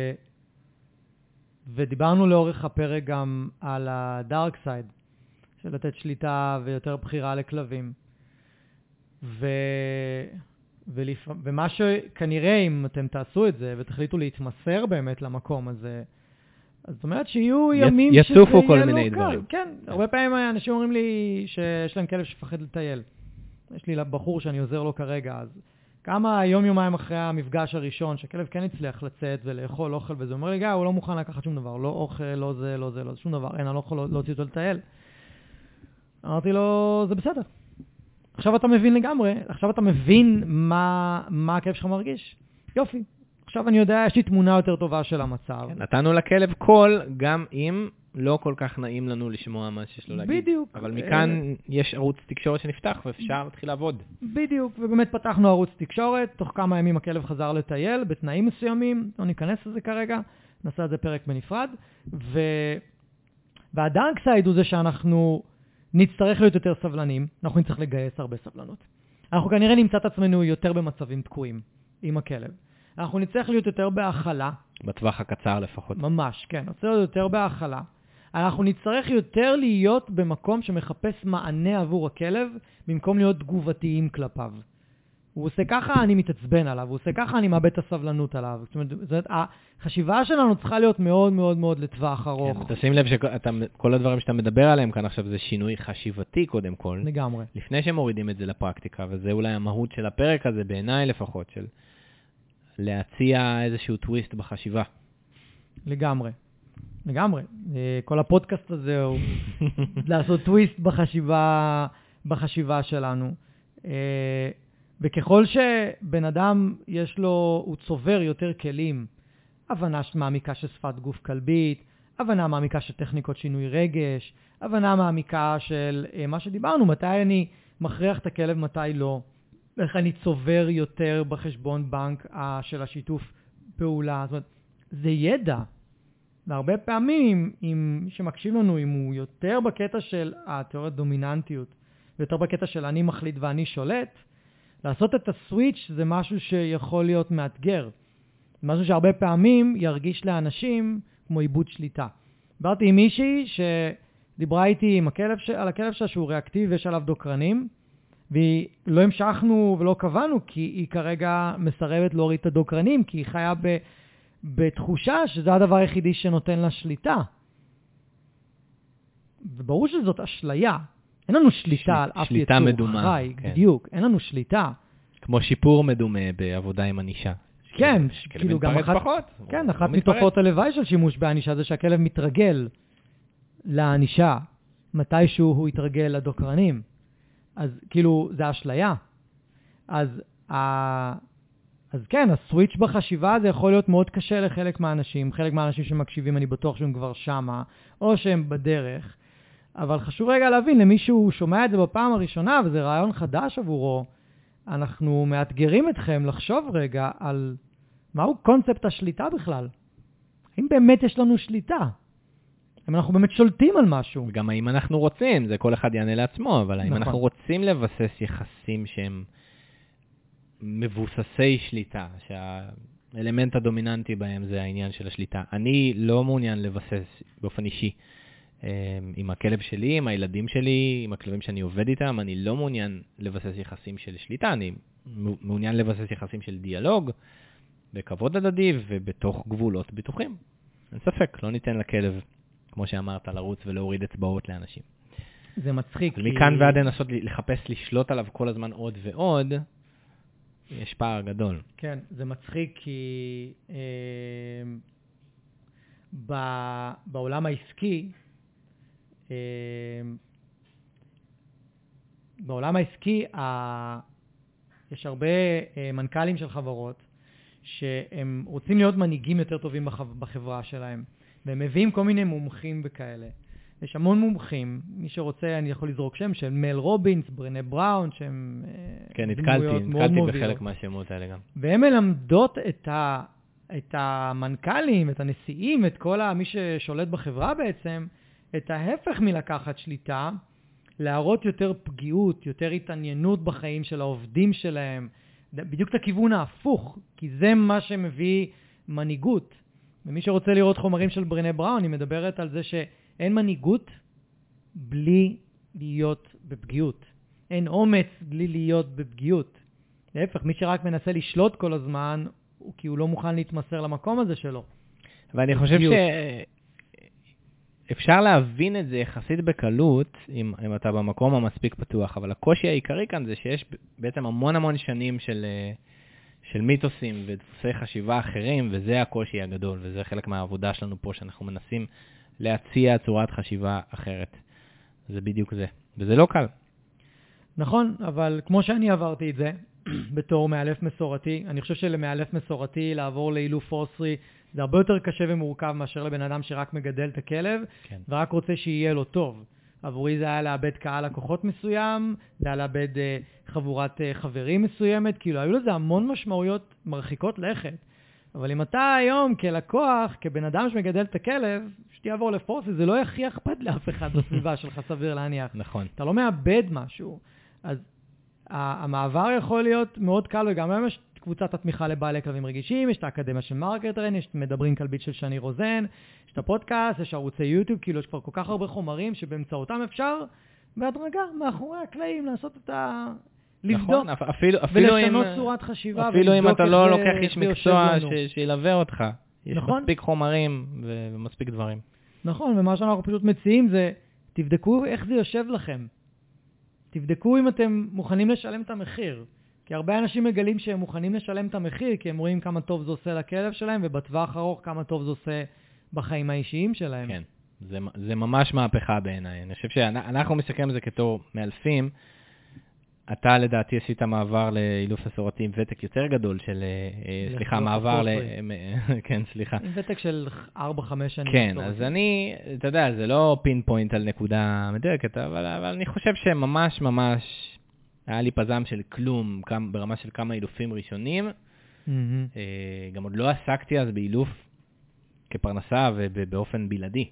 ודיברנו לאורך הפרק גם על הדארק סייד, של לתת שליטה ויותר בחירה לכלבים. ו... ולפ... ומה שכנראה אם אתם תעשו את זה ותחליטו להתמסר באמת למקום הזה, אז זאת אומרת שיהיו ימים שזה יהיה לא כל מיני דברים. כן, הרבה פעמים אנשים אומרים לי שיש להם כלב שפחד לטייל. יש לי בחור שאני עוזר לו כרגע, אז כמה יום יומיים אחרי המפגש הראשון, שכלב כן הצליח לצאת ולאכול אוכל וזה, אומר לי, גאה, הוא לא מוכן לקחת שום דבר, לא אוכל, לא זה, לא זה, לא שום דבר, אין, אני לא יכול להוציא אותו לטייל. אמרתי לו, זה בסדר. עכשיו אתה מבין לגמרי, עכשיו אתה מבין מה, מה הכלב שלך מרגיש. יופי. עכשיו אני יודע, יש לי תמונה יותר טובה של המצב. כן, נתנו לכלב קול, גם אם לא כל כך נעים לנו לשמוע מה שיש לו להגיד. בדיוק. אבל מכאן יש ערוץ תקשורת שנפתח ואפשר להתחיל לעבוד. בדיוק, ובאמת פתחנו ערוץ תקשורת, תוך כמה ימים הכלב חזר לטייל, בתנאים מסוימים, לא ניכנס לזה כרגע, נעשה את זה פרק בנפרד, ו... והדארק סייד הוא זה שאנחנו נצטרך להיות יותר סבלנים, אנחנו נצטרך לגייס הרבה סבלנות. אנחנו כנראה נמצא את עצמנו יותר במצבים תקועים עם הכלב. אנחנו נצטרך להיות יותר בהאכלה. בטווח הקצר לפחות. ממש, כן, נצטרך להיות יותר בהאכלה. אנחנו נצטרך יותר להיות במקום שמחפש מענה עבור הכלב, במקום להיות תגובתיים כלפיו. הוא עושה ככה, אני מתעצבן עליו, הוא עושה ככה, אני מאבד את הסבלנות עליו. זאת אומרת, זאת, החשיבה שלנו צריכה להיות מאוד מאוד מאוד לטווח ארוך. כן, תשים לב שכל הדברים שאתה מדבר עליהם כאן עכשיו זה שינוי חשיבתי קודם כל. לגמרי. לפני שמורידים את זה לפרקטיקה, וזה אולי המהות של הפרק הזה, בעיניי לפחות, של להציע איזשהו טוויסט בחשיבה. לגמרי. לגמרי. כל הפודקאסט הזה הוא לעשות טוויסט בחשיבה, בחשיבה שלנו. וככל שבן אדם יש לו, הוא צובר יותר כלים, הבנה מעמיקה של שפת גוף כלבית, הבנה מעמיקה של טכניקות שינוי רגש, הבנה מעמיקה של מה שדיברנו, מתי אני מכריח את הכלב, מתי לא, איך אני צובר יותר בחשבון בנק של השיתוף פעולה. זאת אומרת, זה ידע. והרבה פעמים, אם מי שמקשיב לנו, אם הוא יותר בקטע של התיאוריית דומיננטיות, ויותר בקטע של אני מחליט ואני שולט, לעשות את הסוויץ' זה משהו שיכול להיות מאתגר. משהו שהרבה פעמים ירגיש לאנשים כמו איבוד שליטה. דיברתי עם מישהי שדיברה איתי עם הכלב ש... על הכלב שלה שהוא ריאקטיבי ויש עליו דוקרנים, ולא המשכנו ולא קבענו כי היא כרגע מסרבת להוריד את הדוקרנים, כי היא חיה ב... בתחושה שזה הדבר היחידי שנותן לה שליטה. וברור שזאת אשליה. אין לנו שליטה על אף יצור מדומה, חי, כן. בדיוק, אין לנו שליטה. כמו שיפור מדומה בעבודה עם אנישה. כן, כאילו גם אחת, פחות, כן, אחת מתופעות הלוואי של שימוש באנישה זה שהכלב מתרגל לאנישה, מתישהו הוא יתרגל לדוקרנים. אז כאילו זה אשליה. אז, ה... אז כן, הסוויץ' בחשיבה זה יכול להיות מאוד קשה לחלק מהאנשים. חלק מהאנשים שמקשיבים אני בטוח שהם כבר שמה, או שהם בדרך. אבל חשוב רגע להבין, למישהו שומע את זה בפעם הראשונה, וזה רעיון חדש עבורו, אנחנו מאתגרים אתכם לחשוב רגע על מהו קונספט השליטה בכלל. האם באמת יש לנו שליטה? האם אנחנו באמת שולטים על משהו? וגם האם אנחנו רוצים, זה כל אחד יענה לעצמו, אבל האם נכון. אנחנו רוצים לבסס יחסים שהם מבוססי שליטה, שהאלמנט הדומיננטי בהם זה העניין של השליטה. אני לא מעוניין לבסס באופן אישי עם הכלב שלי, עם הילדים שלי, עם הכלבים שאני עובד איתם, אני לא מעוניין לבסס יחסים של שליטה, אני מעוניין לבסס יחסים של דיאלוג, בכבוד הדדי ובתוך גבולות בטוחים. אין ספק, לא ניתן לכלב, כמו שאמרת, לרוץ ולהוריד אצבעות לאנשים. זה מצחיק. מכאן ועד לנסות לחפש לשלוט עליו כל הזמן עוד ועוד, יש פער גדול. כן, זה מצחיק כי אה, ב- בעולם העסקי, אה, בעולם העסקי ה- יש הרבה אה, מנכ"לים של חברות שהם רוצים להיות מנהיגים יותר טובים בח- בחברה שלהם, והם מביאים כל מיני מומחים וכאלה. יש המון מומחים, מי שרוצה אני יכול לזרוק שם, של מל רובינס, ברנה בראון, שהם כן, נתקלתי, נתקלתי בחלק מהשמות האלה גם. והם מלמדות את, ה, את המנכ"לים, את הנשיאים, את כל מי ששולט בחברה בעצם, את ההפך מלקחת שליטה, להראות יותר פגיעות, יותר התעניינות בחיים של העובדים שלהם, בדיוק את הכיוון ההפוך, כי זה מה שמביא מנהיגות. ומי שרוצה לראות חומרים של ברנה בראון, היא מדברת על זה ש... אין מנהיגות בלי להיות בפגיעות. אין אומץ בלי להיות בפגיעות. להפך, מי שרק מנסה לשלוט כל הזמן, הוא כי הוא לא מוכן להתמסר למקום הזה שלו. ואני חושב שאפשר להבין את זה יחסית בקלות, אם, אם אתה במקום המספיק פתוח, אבל הקושי העיקרי כאן זה שיש בעצם המון המון שנים של, של מיתוסים ודפוסי חשיבה אחרים, וזה הקושי הגדול, וזה חלק מהעבודה שלנו פה, שאנחנו מנסים להציע צורת חשיבה אחרת. זה בדיוק זה. וזה לא קל. נכון, אבל כמו שאני עברתי את זה, בתור מאלף מסורתי, אני חושב שלמאלף מסורתי לעבור לאילוף אוסרי, זה הרבה יותר קשה ומורכב מאשר לבן אדם שרק מגדל את הכלב, כן. ורק רוצה שיהיה לו טוב. עבורי זה היה לאבד קהל לקוחות מסוים, זה היה לאבד uh, חבורת uh, חברים מסוימת, כאילו היו לזה המון משמעויות מרחיקות לכת. אבל אם אתה היום כלקוח, כבן אדם שמגדל את הכלב, שתעבור לפורסי, זה לא הכי אכפת לאף אחד בסביבה שלך, סביר להניח. נכון. אתה לא מאבד משהו. אז המעבר יכול להיות מאוד קל, וגם היום יש קבוצת התמיכה לבעלי כלבים רגישים, יש את האקדמיה של מרקטרן, יש את מדברים כלבית של שני רוזן, יש את הפודקאסט, יש ערוצי יוטיוב, כאילו יש כבר כל כך הרבה חומרים שבאמצעותם אפשר בהדרגה מאחורי הקלעים לעשות את ה... לבדוק, נכון, אפילו, אפילו ולשנות אם, צורת חשיבה. אפילו אם אתה לא זה, לוקח איש מקצוע ש, שילווה אותך. יש נכון? מספיק חומרים ומספיק דברים. נכון, ומה שאנחנו פשוט מציעים זה, תבדקו איך זה יושב לכם. תבדקו אם אתם מוכנים לשלם את המחיר. כי הרבה אנשים מגלים שהם מוכנים לשלם את המחיר, כי הם רואים כמה טוב זה עושה לכלב שלהם, ובטווח ארוך כמה טוב זה עושה בחיים האישיים שלהם. כן, זה, זה ממש מהפכה בעיניי. אני חושב שאנחנו מסתכלים על זה כתור מאלפים. אתה לדעתי עשית מעבר לאילוף מסורתי עם ותק יותר גדול של, סליחה, מעבר ל... כן, סליחה. עם ותק של ארבע חמש שנים. כן, אז אני, אתה יודע, זה לא פין פוינט על נקודה מדויקת, אבל, אבל אני חושב שממש ממש היה לי פזם של כלום, ברמה של כמה אילופים ראשונים. גם עוד לא עסקתי אז באילוף כפרנסה ובאופן בלעדי.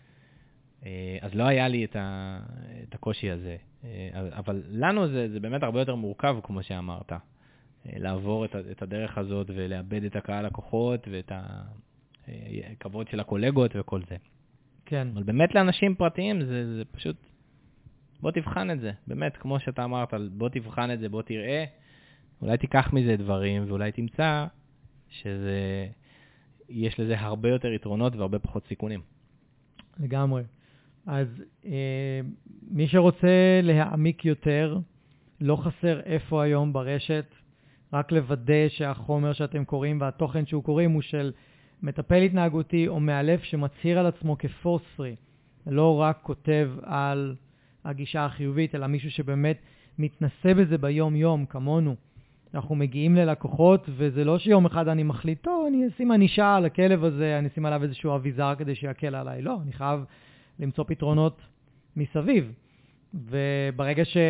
אז לא היה לי את, ה, את הקושי הזה. אבל לנו זה, זה באמת הרבה יותר מורכב, כמו שאמרת. לעבור את, את הדרך הזאת ולאבד את הקהל לקוחות ואת הכבוד של הקולגות וכל זה. כן. אבל באמת לאנשים פרטיים זה, זה פשוט, בוא תבחן את זה. באמת, כמו שאתה אמרת, בוא תבחן את זה, בוא תראה. אולי תיקח מזה דברים ואולי תמצא שזה, יש לזה הרבה יותר יתרונות והרבה פחות סיכונים. לגמרי. אז אה, מי שרוצה להעמיק יותר, לא חסר איפה היום ברשת, רק לוודא שהחומר שאתם קוראים והתוכן שהוא קוראים הוא של מטפל התנהגותי או מאלף שמצהיר על עצמו כפורס פרי, לא רק כותב על הגישה החיובית, אלא מישהו שבאמת מתנסה בזה ביום יום, כמונו. אנחנו מגיעים ללקוחות, וזה לא שיום אחד אני מחליט, טוב, אני אשים ענישה על הכלב הזה, אני אשים עליו איזשהו אביזר כדי שיקל עליי. לא, אני חייב למצוא פתרונות מסביב. וברגע ש...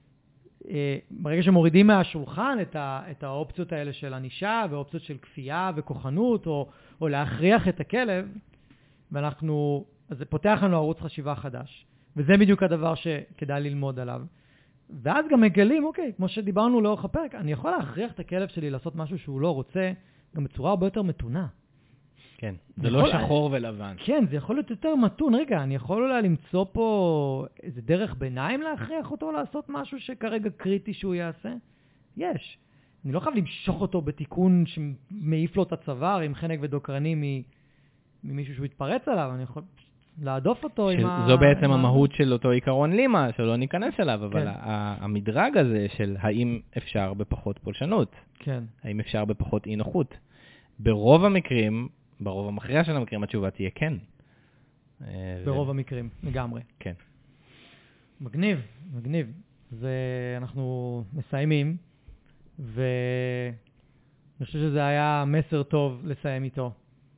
ברגע שמורידים מהשולחן את, ה... את האופציות האלה של ענישה, ואופציות של כפייה וכוחנות, או, או להכריח את הכלב, ואנחנו... אז זה פותח לנו ערוץ חשיבה חדש. וזה בדיוק הדבר שכדאי ללמוד עליו. ואז גם מגלים, אוקיי, כמו שדיברנו לאורך הפרק, אני יכול להכריח את הכלב שלי לעשות משהו שהוא לא רוצה, גם בצורה הרבה יותר מתונה. כן, זה לא שחור ולבן. כן, זה יכול להיות יותר מתון. רגע, אני יכול אולי למצוא פה איזה דרך ביניים להכריח אותו לעשות משהו שכרגע קריטי שהוא יעשה? יש. אני לא חייב למשוך אותו בתיקון שמעיף לו את הצוואר עם חנק ודוקרני ממישהו שהוא יתפרץ עליו. אני יכול... להדוף אותו עם ה... זו בעצם המהות של אותו עיקרון לימה, שלא ניכנס אליו, אבל המדרג הזה של האם אפשר בפחות פולשנות, האם אפשר בפחות אי נוחות. ברוב המקרים, ברוב המכריע של המקרים, התשובה תהיה כן. ברוב המקרים, לגמרי. כן. מגניב, מגניב. ואנחנו מסיימים, ואני חושב שזה היה מסר טוב לסיים איתו,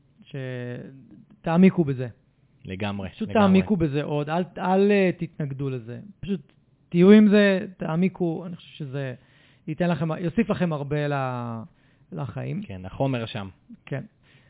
שתעמיקו בזה. לגמרי. פשוט לגמרי. תעמיקו בזה עוד, אל, אל תתנגדו לזה. פשוט תהיו עם זה, תעמיקו, אני חושב שזה ייתן לכם, יוסיף לכם הרבה לחיים. כן, החומר שם. כן.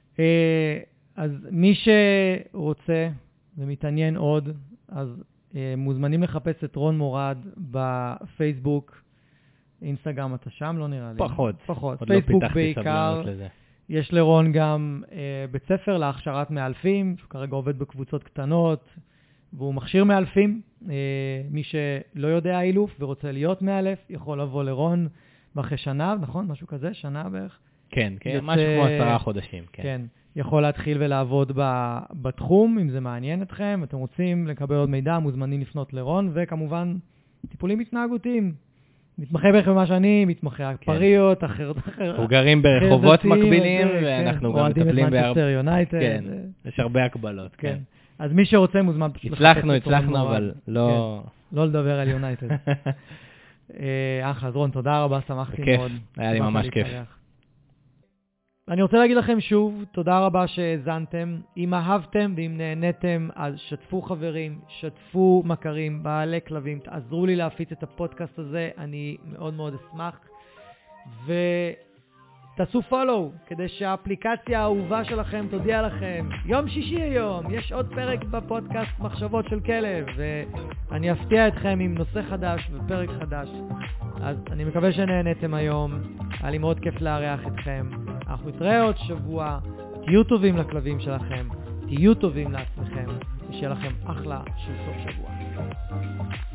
אז מי שרוצה ומתעניין עוד, אז מוזמנים לחפש את רון מורד בפייסבוק, אינסטגרם, אתה שם? לא נראה לי. פחות. פחות. עוד פייסבוק לא פיתחתי בעיקר. סבלנות לזה. יש לרון גם אה, בית ספר להכשרת מאלפים, שהוא כרגע עובד בקבוצות קטנות, והוא מכשיר מאלפים. אה, מי שלא יודע אילוף ורוצה להיות מאלף, יכול לבוא לרון אחרי שנה, נכון? משהו כזה, שנה בערך. כן, כן, יוצא, משהו כמו עשרה חודשים. כן. כן, יכול להתחיל ולעבוד ב, בתחום, אם זה מעניין אתכם, אתם רוצים לקבל עוד מידע, מוזמנים לפנות לרון, וכמובן, טיפולים התנהגותיים. מתמחה בערך במה שאני, מתמחה פריות, אחרת אחרת. אנחנו גרים ברחובות מקבילים, ואנחנו גם מטפלים מנצ'סטר יונייטד. כן, יש הרבה הקבלות, כן. אז מי שרוצה מוזמן פשוט לחפש. הצלחנו, הצלחנו, אבל לא... לא לדבר על יונייטד. אחלה, אז רון, תודה רבה, שמחתי מאוד. כיף, היה לי ממש כיף. אני רוצה להגיד לכם שוב, תודה רבה שהזנתם. אם אהבתם ואם נהניתם, אז שתפו חברים, שתפו מכרים, בעלי כלבים, תעזרו לי להפיץ את הפודקאסט הזה, אני מאוד מאוד אשמח. ותעשו פולו, כדי שהאפליקציה האהובה שלכם תודיע לכם. יום שישי היום, יש עוד פרק בפודקאסט מחשבות של כלב, ואני אפתיע אתכם עם נושא חדש ופרק חדש. אז אני מקווה שנהניתם היום, היה לי מאוד כיף לארח אתכם. אנחנו נתראה עוד שבוע, תהיו טובים לכלבים שלכם, תהיו טובים לעצמכם, ושיהיה לכם אחלה של סוף שבוע.